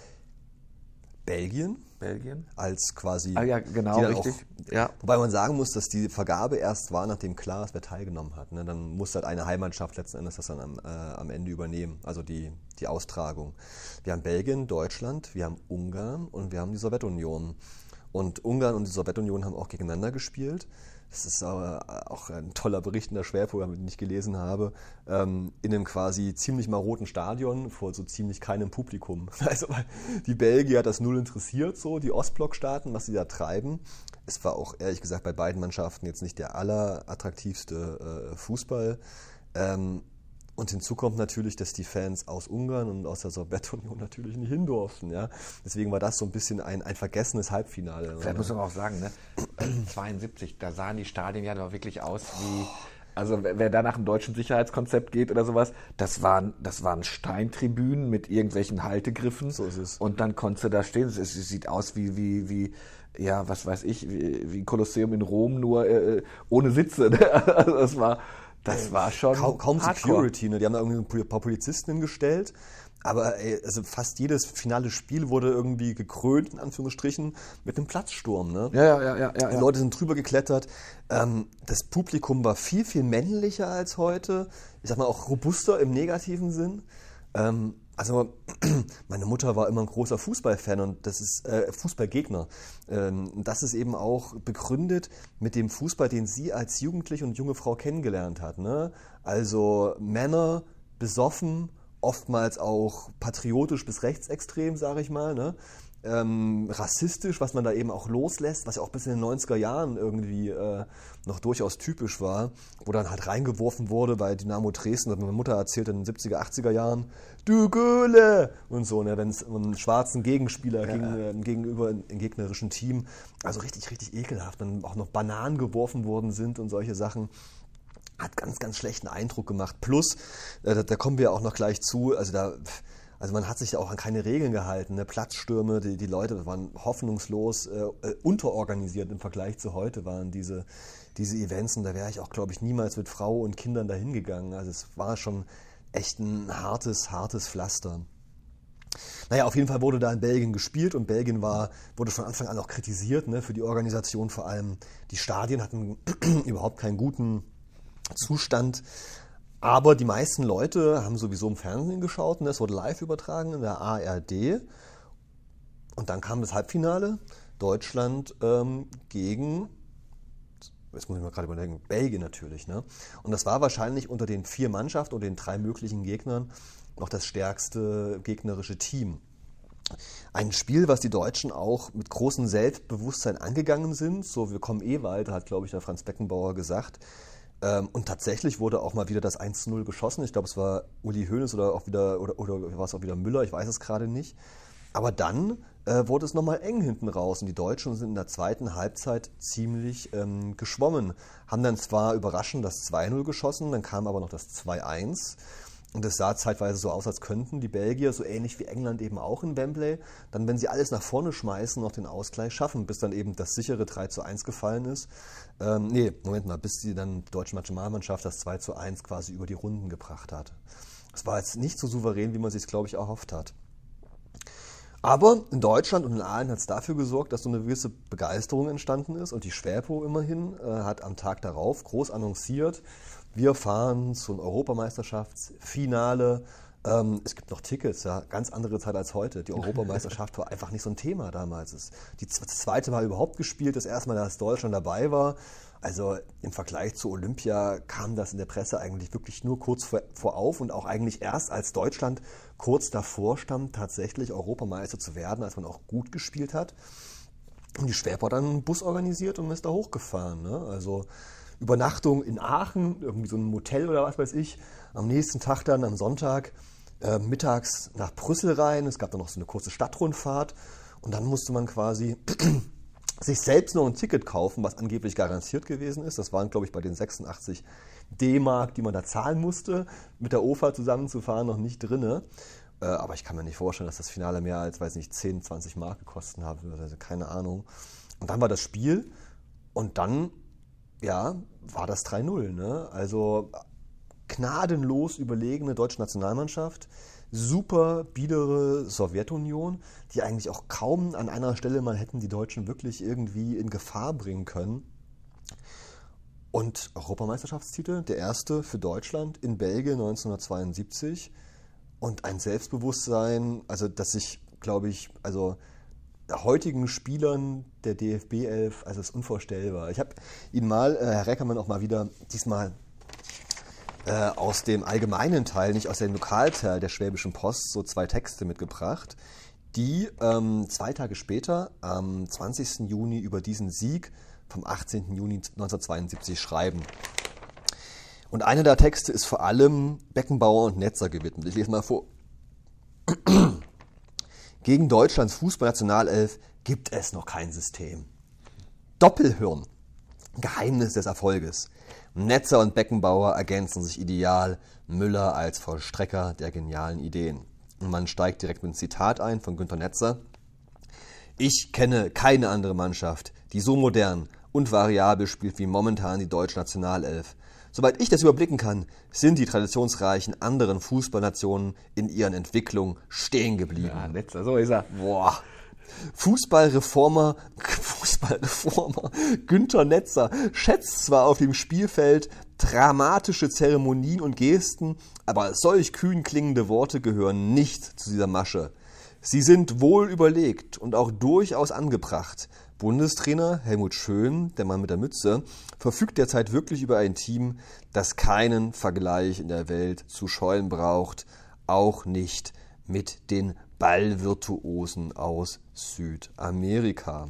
Belgien als quasi... Ah ja, genau, richtig. Ja. Wobei man sagen muss, dass die Vergabe erst war, nachdem klar ist, wer teilgenommen hat. Ne? Dann muss halt eine Heimatmannschaft letzten Endes das dann am Ende übernehmen, also die Austragung. Wir haben Belgien, Deutschland, wir haben Ungarn und wir haben die Sowjetunion. Und Ungarn und die Sowjetunion haben auch gegeneinander gespielt. Das ist aber auch ein toller berichtender Schwerpunkt, den ich gelesen habe, in einem quasi ziemlich maroden Stadion vor so ziemlich keinem Publikum. Also die Belgier hat das null interessiert, so die Ostblockstaaten, was sie da treiben. Es war auch ehrlich gesagt bei beiden Mannschaften jetzt nicht der allerattraktivste Fußball. Und hinzu kommt natürlich, dass die Fans aus Ungarn und aus der Sowjetunion natürlich nicht hin durften. Ja? Deswegen war das so ein bisschen ein vergessenes Halbfinale. Vielleicht muss man auch sagen, ne? 72, da sahen die Stadien ja doch wirklich aus wie, also wer da nach dem deutschen Sicherheitskonzept geht oder sowas, das waren Steintribünen mit irgendwelchen Haltegriffen. So ist es. Und dann konntest du da stehen. Es sieht aus wie ja, was weiß ich, wie ein Kolosseum in Rom, nur ohne Sitze. Ne? Also das war schon kaum Security, ne? Die haben da irgendwie ein paar Polizisten hingestellt, aber also fast jedes finale Spiel wurde irgendwie gekrönt, in Anführungsstrichen, mit einem Platzsturm. Ne? Ja. Die Leute sind drüber geklettert. Das Publikum war viel, viel männlicher als heute. Ich sag mal auch robuster im negativen Sinn. Also meine Mutter war immer ein großer Fußballfan und das ist Fußballgegner. Das ist eben auch begründet mit dem Fußball, den sie als Jugendliche und junge Frau kennengelernt hat. Ne? Also Männer, besoffen, oftmals auch patriotisch bis rechtsextrem, sage ich mal. Ne? Rassistisch, was man da eben auch loslässt, was ja auch bis in den 90er Jahren irgendwie noch durchaus typisch war, wo dann halt reingeworfen wurde bei Dynamo Dresden, hat meine Mutter erzählt in den 70er, 80er Jahren, du Göhle! Und so, ne, wenn es einen schwarzen Gegenspieler gegenüber einem gegnerischen Team, also richtig, richtig ekelhaft, dann auch noch Bananen geworfen worden sind und solche Sachen. Hat ganz, ganz schlechten Eindruck gemacht. Plus, da kommen wir auch noch gleich zu, also man hat sich da auch an keine Regeln gehalten. Ne? Platzstürme, die Leute waren hoffnungslos unterorganisiert im Vergleich zu heute waren diese Events. Und da wäre ich auch, glaube ich, niemals mit Frau und Kindern dahin gegangen. Also es war schon echt ein hartes Pflaster. Naja, auf jeden Fall wurde da in Belgien gespielt und Belgien wurde von Anfang an auch kritisiert, ne, für die Organisation vor allem. Die Stadien hatten überhaupt keinen guten Zustand. Aber die meisten Leute haben sowieso im Fernsehen geschaut und das wurde live übertragen in der ARD. Und dann kam das Halbfinale, Deutschland gegen, jetzt muss ich mal gerade überlegen, Belgien natürlich. Ne? Und das war wahrscheinlich unter den 4 Mannschaften und den 3 möglichen Gegnern noch das stärkste gegnerische Team. Ein Spiel, was die Deutschen auch mit großem Selbstbewusstsein angegangen sind. So, wir kommen eh weiter, hat, glaube ich, der Franz Beckenbauer gesagt. Und tatsächlich wurde auch mal wieder das 1:0 geschossen. Ich glaube, es war Uli Hoeneß oder war es auch wieder Müller, ich weiß es gerade nicht. Aber dann wurde es nochmal eng hinten raus und die Deutschen sind in der zweiten Halbzeit ziemlich geschwommen. Haben dann zwar überraschend das 2:0 geschossen, dann kam aber noch das 2:1. Und es sah zeitweise so aus, als könnten die Belgier, so ähnlich wie England eben auch in Wembley, dann, wenn sie alles nach vorne schmeißen, noch den Ausgleich schaffen, bis dann eben das sichere 3:1 gefallen ist. Bis die deutsche Nationalmannschaft das 2:1 quasi über die Runden gebracht hat. Es war jetzt nicht so souverän, wie man sich es, glaube ich, erhofft hat. Aber in Deutschland und in Aalen hat es dafür gesorgt, dass so eine gewisse Begeisterung entstanden ist. Und die Schwäpo immerhin hat am Tag darauf groß annonciert, wir fahren zum Europameisterschaftsfinale. Es gibt noch Tickets, ja, ganz andere Zeit als heute. Die Europameisterschaft war einfach nicht so ein Thema damals. Das zweite Mal überhaupt gespielt, das erste Mal, dass Deutschland dabei war. Also im Vergleich zu Olympia kam das in der Presse eigentlich wirklich nur kurz vor auf und auch eigentlich erst, als Deutschland kurz davor stand, tatsächlich Europameister zu werden, als man auch gut gespielt hat. Und die Schwäpo hat dann einen Bus organisiert und ist da hochgefahren. Ne? Also Übernachtung in Aachen, irgendwie so ein Motel oder was weiß ich. Am nächsten Tag dann, am Sonntag, mittags nach Brüssel rein. Es gab dann noch so eine kurze Stadtrundfahrt. Und dann musste man quasi sich selbst noch ein Ticket kaufen, was angeblich garantiert gewesen ist. Das waren, glaube ich, bei den 86 D-Mark, die man da zahlen musste, mit der OFA zusammenzufahren, noch nicht drinne. Aber ich kann mir nicht vorstellen, dass das Finale mehr als, weiß nicht, 10, 20 Mark gekostet hat. Also keine Ahnung. Und dann war das Spiel und dann, ja, war das 3-0. Ne? Also gnadenlos überlegene deutsche Nationalmannschaft, super biedere Sowjetunion, die eigentlich auch kaum an einer Stelle mal hätten die Deutschen wirklich irgendwie in Gefahr bringen können. Und Europameisterschaftstitel, der erste für Deutschland in Belgien 1972 und ein Selbstbewusstsein, also das sich, glaube ich, also heutigen Spielern der DFB 11, also es ist unvorstellbar. Ich habe Ihnen mal, Herr Reckermann, auch mal wieder diesmal aus dem allgemeinen Teil, nicht aus dem Lokalteil der Schwäbischen Post, so 2 Texte mitgebracht, die 2 Tage später, am 20. Juni, über diesen Sieg vom 18. Juni 1972 schreiben. Und einer der Texte ist vor allem Beckenbauer und Netzer gewidmet. Ich lese mal vor. Gegen Deutschlands Fußballnationalelf gibt es noch kein System. Doppelhirn, Geheimnis des Erfolges. Netzer und Beckenbauer ergänzen sich ideal, Müller als Vollstrecker der genialen Ideen. Und man steigt direkt mit einem Zitat ein von Günter Netzer. Ich kenne keine andere Mannschaft, die so modern und variabel spielt wie momentan die deutsche Nationalelf. Soweit ich das überblicken kann, sind die traditionsreichen anderen Fußballnationen in ihren Entwicklungen stehen geblieben. Ja, Netzer, so ist er. Boah. Fußballreformer Günter Netzer schätzt zwar auf dem Spielfeld dramatische Zeremonien und Gesten, aber solch kühn klingende Worte gehören nicht zu dieser Masche. Sie sind wohl überlegt und auch durchaus angebracht. Bundestrainer Helmut Schön, der Mann mit der Mütze, verfügt derzeit wirklich über ein Team, das keinen Vergleich in der Welt zu scheuen braucht, auch nicht mit den Ballvirtuosen aus Südamerika.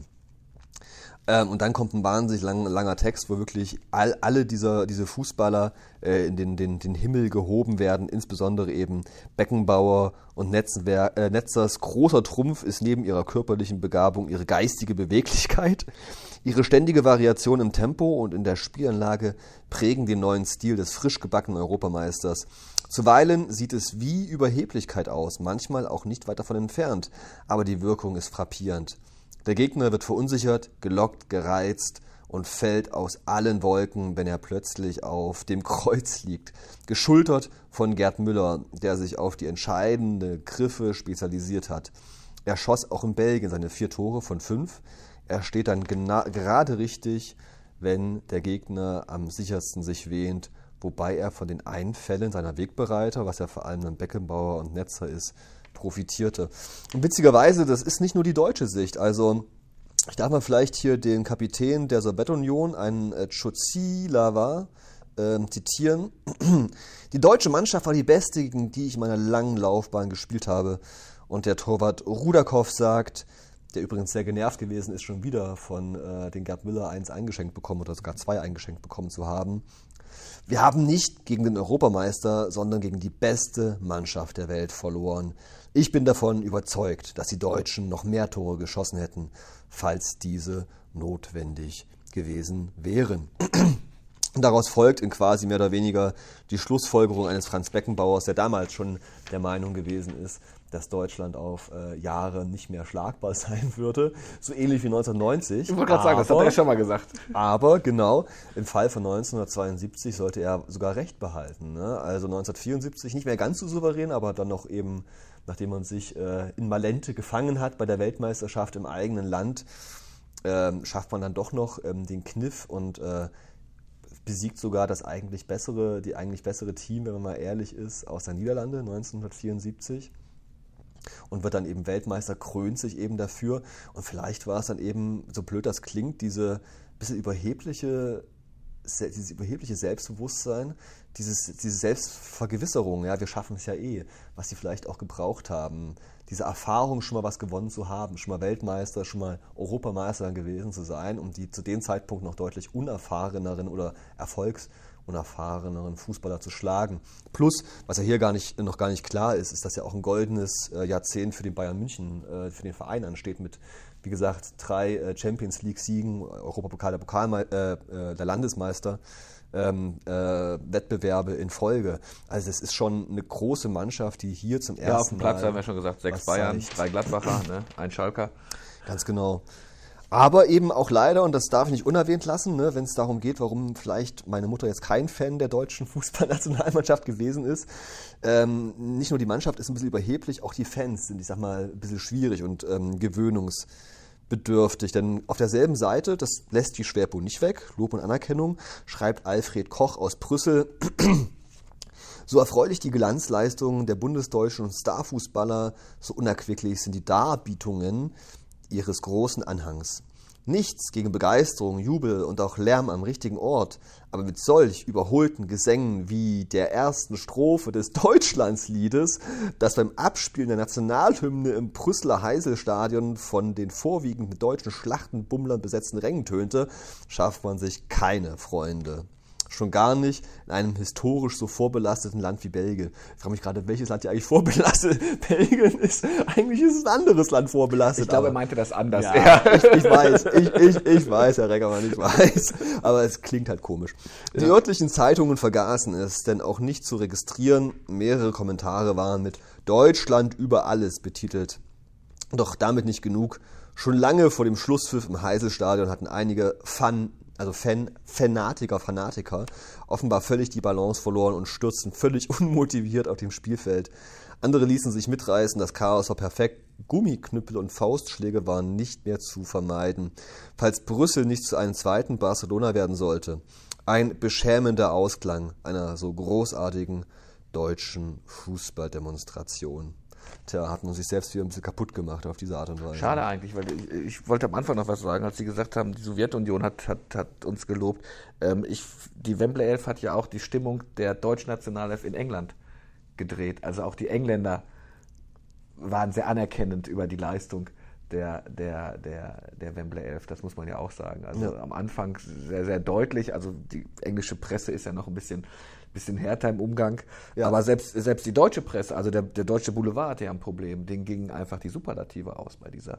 Und dann kommt ein wahnsinnig langer Text, wo wirklich alle diese Fußballer in den Himmel gehoben werden, insbesondere eben Beckenbauer und Netzers großer Trumpf ist neben ihrer körperlichen Begabung ihre geistige Beweglichkeit. Ihre ständige Variation im Tempo und in der Spielanlage prägen den neuen Stil des frisch gebackenen Europameisters. Zuweilen sieht es wie Überheblichkeit aus, manchmal auch nicht weit davon entfernt, aber die Wirkung ist frappierend. Der Gegner wird verunsichert, gelockt, gereizt und fällt aus allen Wolken, wenn er plötzlich auf dem Kreuz liegt. Geschultert von Gerd Müller, der sich auf die entscheidenden Griffe spezialisiert hat. Er schoss auch in Belgien seine 4 Tore von 5. Er steht dann gerade richtig, wenn der Gegner am sichersten sich wähnt, wobei er von den Einfällen seiner Wegbereiter, was ja vor allem dann Beckenbauer und Netzer ist, profitierte. Und witzigerweise, das ist nicht nur die deutsche Sicht. Also ich darf mal vielleicht hier den Kapitän der Sowjetunion, einen Tschotsilava, zitieren. Die deutsche Mannschaft war die beste, gegen die ich in meiner langen Laufbahn gespielt habe. Und der Torwart Rudakow sagt, der übrigens sehr genervt gewesen ist, schon wieder von den Gerd Müller 1 eingeschenkt bekommen oder sogar 2 eingeschenkt bekommen zu haben. Wir haben nicht gegen den Europameister, sondern gegen die beste Mannschaft der Welt verloren. Ich bin davon überzeugt, dass die Deutschen noch mehr Tore geschossen hätten, falls diese notwendig gewesen wären. Und daraus folgt in quasi mehr oder weniger die Schlussfolgerung eines Franz Beckenbauers, der damals schon der Meinung gewesen ist, dass Deutschland auf Jahre nicht mehr schlagbar sein würde. So ähnlich wie 1990. Ich wollte gerade sagen, das hat er ja schon mal gesagt. Aber genau, im Fall von 1972 sollte er sogar Recht behalten. Ne? Also 1974 nicht mehr ganz so souverän, aber dann noch eben nachdem man sich in Malente gefangen hat bei der Weltmeisterschaft im eigenen Land, schafft man dann doch noch den Kniff und besiegt sogar die eigentlich bessere Team, wenn man mal ehrlich ist, aus der Niederlande 1974 und wird dann eben Weltmeister, krönt sich eben dafür. Und vielleicht war es dann eben, so blöd das klingt, dieses überhebliche Selbstbewusstsein, diese Selbstvergewisserung, ja, wir schaffen es ja was sie vielleicht auch gebraucht haben. Diese Erfahrung, schon mal was gewonnen zu haben, schon mal Weltmeister, schon mal Europameister gewesen zu sein, um die zu dem Zeitpunkt noch deutlich unerfahreneren oder erfolgsunerfahreneren Fußballer zu schlagen. Plus, was ja hier noch gar nicht klar ist, ist, dass ja auch ein goldenes Jahrzehnt für den Bayern München, für den Verein ansteht mit, wie gesagt, 3 Champions League-Siegen, Europapokal, der Landesmeister, Wettbewerbe in Folge. Also es ist schon eine große Mannschaft, die hier zum ersten Mal... Ja, auf dem Platz haben wir schon gesagt, 6 Bayern, zeigt. 3 Gladbacher, ne? 1 Schalker. Ganz genau. Aber eben auch leider, und das darf ich nicht unerwähnt lassen, ne, wenn es darum geht, warum vielleicht meine Mutter jetzt kein Fan der deutschen Fußballnationalmannschaft gewesen ist. Nicht nur die Mannschaft ist ein bisschen überheblich, auch die Fans sind, ich sag mal, ein bisschen schwierig und gewöhnungsbedürftig. Denn auf derselben Seite, das lässt die Schwerpunkt nicht weg, Lob und Anerkennung, schreibt Alfred Koch aus Brüssel: So erfreulich die Glanzleistungen der bundesdeutschen Starfußballer, so unerquicklich sind die Darbietungen ihres großen Anhangs. Nichts gegen Begeisterung, Jubel und auch Lärm am richtigen Ort, aber mit solch überholten Gesängen wie der ersten Strophe des Deutschlandsliedes, das beim Abspielen der Nationalhymne im Brüsseler Heiselstadion von den vorwiegend mit deutschen Schlachtenbummlern besetzten Rängen tönte, schafft man sich keine Freunde. Schon gar nicht in einem historisch so vorbelasteten Land wie Belgien. Ich frage mich gerade, welches Land hier eigentlich vorbelastet Belgien ist. Eigentlich ist es ein anderes Land vorbelastet. Ich glaube, er meinte das anders. Ja, ich weiß, Herr Reckermann, ich weiß. Aber es klingt halt komisch. Ja. Die örtlichen Zeitungen vergaßen es, denn auch nicht zu registrieren. Mehrere Kommentare waren mit Deutschland über alles betitelt. Doch damit nicht genug. Schon lange vor dem Schlusspfiff im Heiselstadion hatten einige Fanatiker offenbar völlig die Balance verloren und stürzten völlig unmotiviert auf dem Spielfeld. Andere ließen sich mitreißen, das Chaos war perfekt, Gummiknüppel und Faustschläge waren nicht mehr zu vermeiden, falls Brüssel nicht zu einem zweiten Barcelona werden sollte. Ein beschämender Ausklang einer so großartigen deutschen Fußballdemonstration. Tja, hat man sich selbst wieder ein bisschen kaputt gemacht auf diese Art und Weise. Schade eigentlich, weil ich wollte am Anfang noch was sagen, als Sie gesagt haben, die Sowjetunion hat uns gelobt. Die Wembley 11 hat ja auch die Stimmung der deutschen Nationalelf in England gedreht. Also auch die Engländer waren sehr anerkennend über die Leistung der Wembley 11, das muss man ja auch sagen. Also am Anfang sehr, sehr deutlich, also die englische Presse ist ja noch ein bisschen härter im Umgang, aber selbst die deutsche Presse, also der deutsche Boulevard hatte ja ein Problem, denen gingen einfach die Superlative aus bei dieser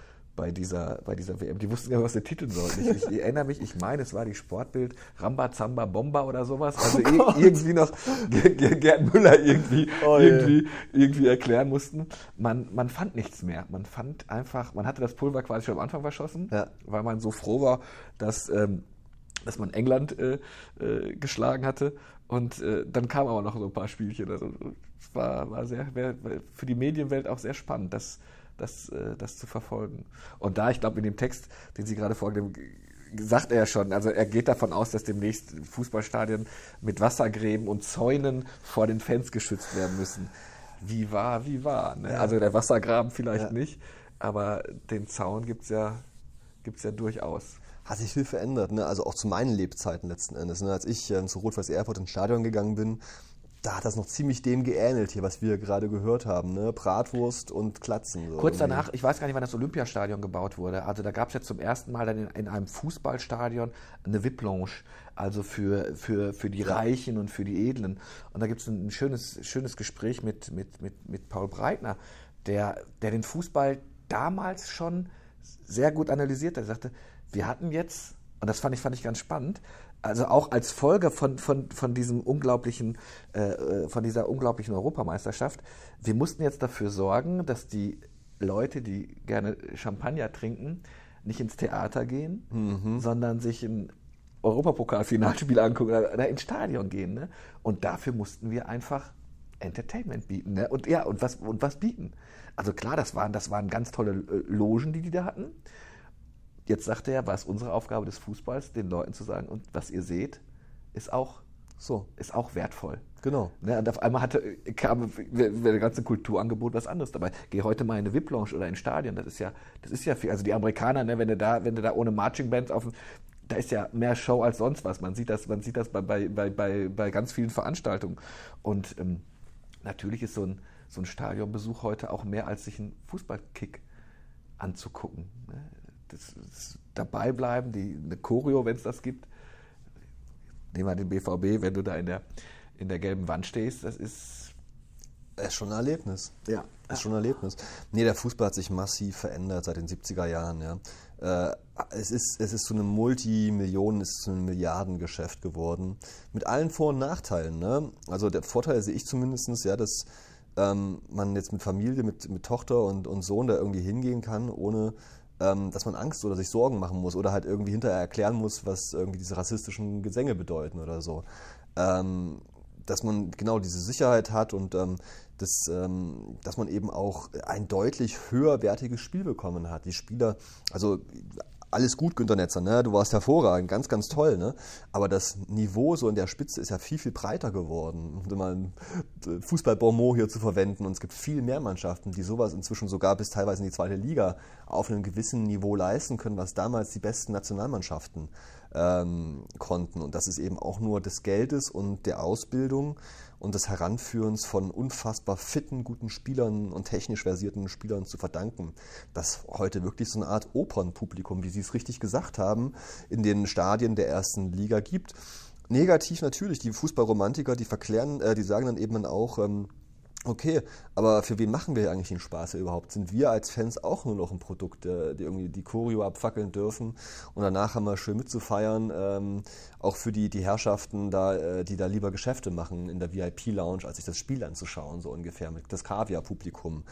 WM. Die wussten gar nicht, was sie titeln sollten. Ich erinnere mich, ich meine, es war die Sportbild Ramba Zamba Bomba oder sowas, also irgendwie noch Gerd Müller irgendwie erklären mussten. Man fand nichts mehr. Man fand einfach, man hatte das Pulver quasi schon am Anfang verschossen, weil man so froh war, dass man England geschlagen hatte. Und dann kamen aber noch so ein paar Spielchen. Also es war für die Medienwelt auch sehr spannend, das zu verfolgen. Und da, ich glaube, in dem Text, den Sie gerade vorgelesen haben, sagt er ja schon, also er geht davon aus, dass demnächst Fußballstadien mit Wassergräben und Zäunen vor den Fans geschützt werden müssen. Wie wahr. Ne? Ja. Also der Wassergraben vielleicht nicht, aber den Zaun gibt's ja durchaus. Hat sich viel verändert, ne? Also auch zu meinen Lebzeiten letzten Endes. Ne? Als ich zu Rot-Weiß Erfurt ins Stadion gegangen bin, da hat das noch ziemlich dem geähnelt hier, was wir gerade gehört haben. Ne? Bratwurst und Klatzen. So kurz danach, ich weiß gar nicht, wann das Olympiastadion gebaut wurde. Also da gab es ja zum ersten Mal dann in einem Fußballstadion eine VIP-Lounge, also für die Reichen und für die Edlen. Und da gibt es ein schönes Gespräch mit Paul Breitner, der den Fußball damals schon sehr gut analysiert hat. Er sagte, wir hatten jetzt, und das fand ich ganz spannend, also auch als Folge von dieser unglaublichen Europameisterschaft, wir mussten jetzt dafür sorgen, dass die Leute, die gerne Champagner trinken, nicht ins Theater gehen, sondern sich ein Europapokal-Finalspiel angucken oder ins Stadion gehen. Ne? Und dafür mussten wir einfach Entertainment bieten. Ne? Und ja, und was bieten? Also klar, das waren ganz tolle Logen, die da hatten. Jetzt sagt er, war es unsere Aufgabe des Fußballs, den Leuten zu sagen, und was ihr seht, ist auch wertvoll. Genau. Ne? Und auf einmal kam das ganze Kulturangebot was anderes dabei. Geh heute mal in eine VIP-Lounge oder in ein Stadion, das ist ja viel. Also die Amerikaner, ne, wenn du da ohne Marching Bands da ist ja mehr Show als sonst was. Man sieht das bei ganz vielen Veranstaltungen. Und natürlich ist so ein Stadionbesuch heute auch mehr als sich einen Fußballkick anzugucken. Ne? Das dabei bleiben, eine Choreo, wenn es das gibt. Nehmen wir den BVB, wenn du da in der gelben Wand stehst, das ist schon ein Erlebnis. Ja. Ist schon ein Erlebnis. Nee, der Fußball hat sich massiv verändert seit den 70er Jahren. Ja. Es ist zu einem es ist zu einem Milliardengeschäft geworden. Mit allen Vor- und Nachteilen. Ne? Also der Vorteil sehe ich zumindest, ja, dass man jetzt mit Familie, mit Tochter und Sohn da irgendwie hingehen kann, ohne dass man Angst oder sich Sorgen machen muss oder halt irgendwie hinterher erklären muss, was irgendwie diese rassistischen Gesänge bedeuten oder so. Dass man genau diese Sicherheit hat und dass man eben auch ein deutlich höherwertiges Spiel bekommen hat. Die Spieler, also alles gut, Günter Netzer, ne? Du warst hervorragend, ganz, ganz toll, ne? Aber das Niveau so in der Spitze ist ja viel, viel breiter geworden, um mal ein Fußball-Bonmot hier zu verwenden. Und es gibt viel mehr Mannschaften, die sowas inzwischen sogar bis teilweise in die 2. Liga auf einem gewissen Niveau leisten können, was damals die besten Nationalmannschaften konnten. Und das ist eben auch nur des Geldes und der Ausbildung und des Heranführens von unfassbar fitten, guten Spielern und technisch versierten Spielern zu verdanken, dass heute wirklich so eine Art Opernpublikum, wie Sie es richtig gesagt haben, in den Stadien der 1. Liga gibt. Negativ natürlich, die Fußballromantiker, die die sagen dann eben auch, okay, aber für wen machen wir eigentlich den Spaß hier überhaupt? Sind wir als Fans auch nur noch ein Produkt, die irgendwie die Choreo abfackeln dürfen und danach haben wir schön mitzufeiern, auch für die Herrschaften, die da lieber Geschäfte machen in der VIP-Lounge, als sich das Spiel anzuschauen, so ungefähr, mit das Kaviar-Publikum.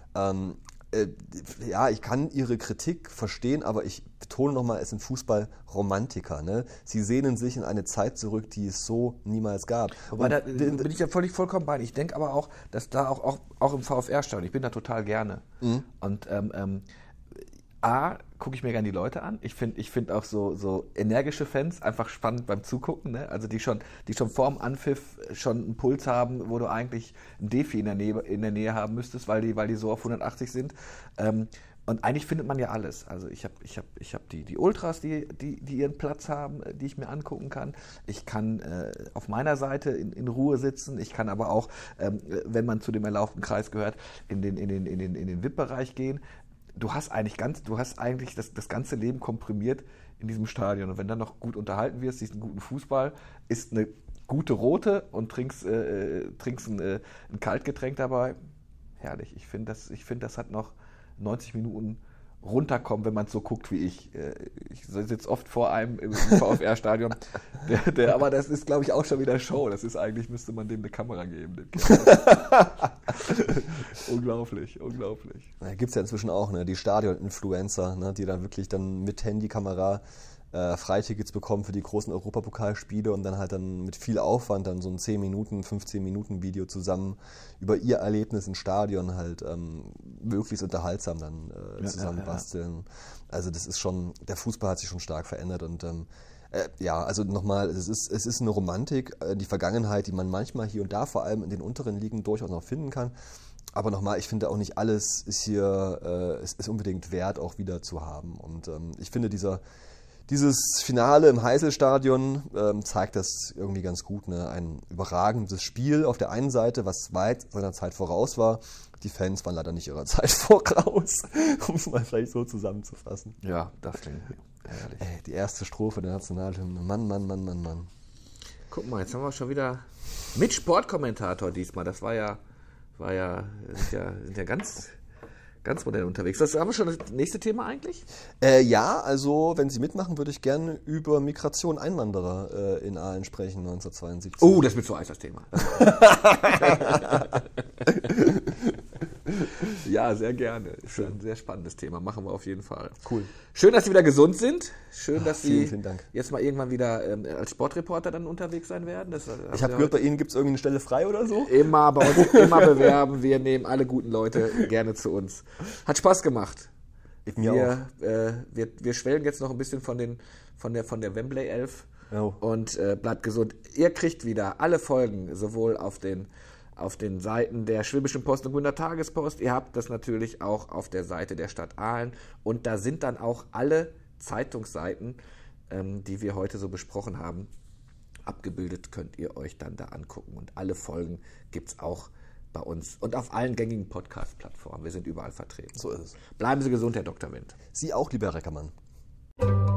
Ja, ich kann Ihre Kritik verstehen, aber ich betone nochmal, es sind Fußballromantiker. Ne? Sie sehnen sich in eine Zeit zurück, die es so niemals gab. Wobei, da bin ich ja vollkommen bei Ihnen. Ich denke aber auch, dass da auch im VfR-Stadion, ich bin da total gerne. Und gucke ich mir gerne die Leute an. Ich find auch so energische Fans einfach spannend beim Zugucken. Ne? Also die schon vorm Anpfiff schon einen Puls haben, wo du eigentlich einen Defi in der Nähe haben müsstest, weil die so auf 180 sind. Und eigentlich findet man ja alles. Also ich hab die Ultras, die ihren Platz haben, die ich mir angucken kann. Ich kann auf meiner Seite in Ruhe sitzen. Ich kann aber auch, wenn man zu dem erlaubten Kreis gehört, in den VIP-Bereich gehen. Du hast eigentlich das ganze Leben komprimiert in diesem Stadion. Und wenn dann noch gut unterhalten wirst, siehst einen guten Fußball, isst eine gute Rote und trinkst ein Kaltgetränk dabei, herrlich. Ich finde, das hat noch 90 Minuten runterkommen, wenn man es so guckt wie ich. Ich sitze oft vor einem im VfR-Stadion, aber das ist, glaube ich, auch schon wieder Show. Das ist eigentlich, müsste man dem eine Kamera geben. Unglaublich. Da gibt es ja inzwischen auch, ne, die Stadion-Influencer, ne, die dann wirklich dann mit Handykamera Freitickets bekommen für die großen Europapokalspiele und dann mit viel Aufwand dann so ein 10 Minuten, 15 Minuten Video zusammen über ihr Erlebnis im Stadion halt möglichst unterhaltsam dann zusammenbasteln. Also das ist schon, der Fußball hat sich schon stark verändert und also nochmal, es ist eine Romantik, die Vergangenheit, die man manchmal hier und da, vor allem in den unteren Ligen, durchaus noch finden kann. Aber nochmal, ich finde auch nicht alles ist unbedingt wert, auch wieder zu haben. Und ich finde, dieses Finale im Heysel-Stadion zeigt das irgendwie ganz gut. Ne? Ein überragendes Spiel auf der einen Seite, was weit seiner Zeit voraus war. Die Fans waren leider nicht ihrer Zeit voraus, um es mal vielleicht so zusammenzufassen. Ja, das klingt herrlich. Die erste Strophe der Nationalhymne. Mann. Guck mal, jetzt haben wir schon wieder mit Sportkommentator diesmal. Das sind ja ganz modern unterwegs. Haben wir schon das nächste Thema eigentlich? Ja, also wenn Sie mitmachen, würde ich gerne über Migration Einwanderer in Aalen sprechen, 1972. Oh, das wird so heiß, das Thema. Ja, sehr gerne. Schön, sehr spannendes Thema. Machen wir auf jeden Fall. Cool. Schön, dass Sie wieder gesund sind. Schön, dass Sie vielen Dank. jetzt mal irgendwann wieder als Sportreporter dann unterwegs sein werden. Ich habe gehört, bei Ihnen gibt es irgendeine Stelle frei oder so? Immer bei uns, immer bewerben. Wir nehmen alle guten Leute gerne zu uns. Hat Spaß gemacht. Mir auch. Wir schwellen jetzt noch ein bisschen von der Wembley 11 Oh. und bleibt gesund. Ihr kriegt wieder alle Folgen, sowohl auf den Seiten der Schwäbischen Post und Gmünder Tagespost. Ihr habt das natürlich auch auf der Seite der Stadt Aalen. Und da sind dann auch alle Zeitungsseiten, die wir heute so besprochen haben, abgebildet. Könnt ihr euch dann da angucken. Und alle Folgen gibt es auch bei uns und auf allen gängigen Podcast-Plattformen. Wir sind überall vertreten. So ist es. Bleiben Sie gesund, Herr Dr. Wendt. Sie auch, lieber Herr Reckermann.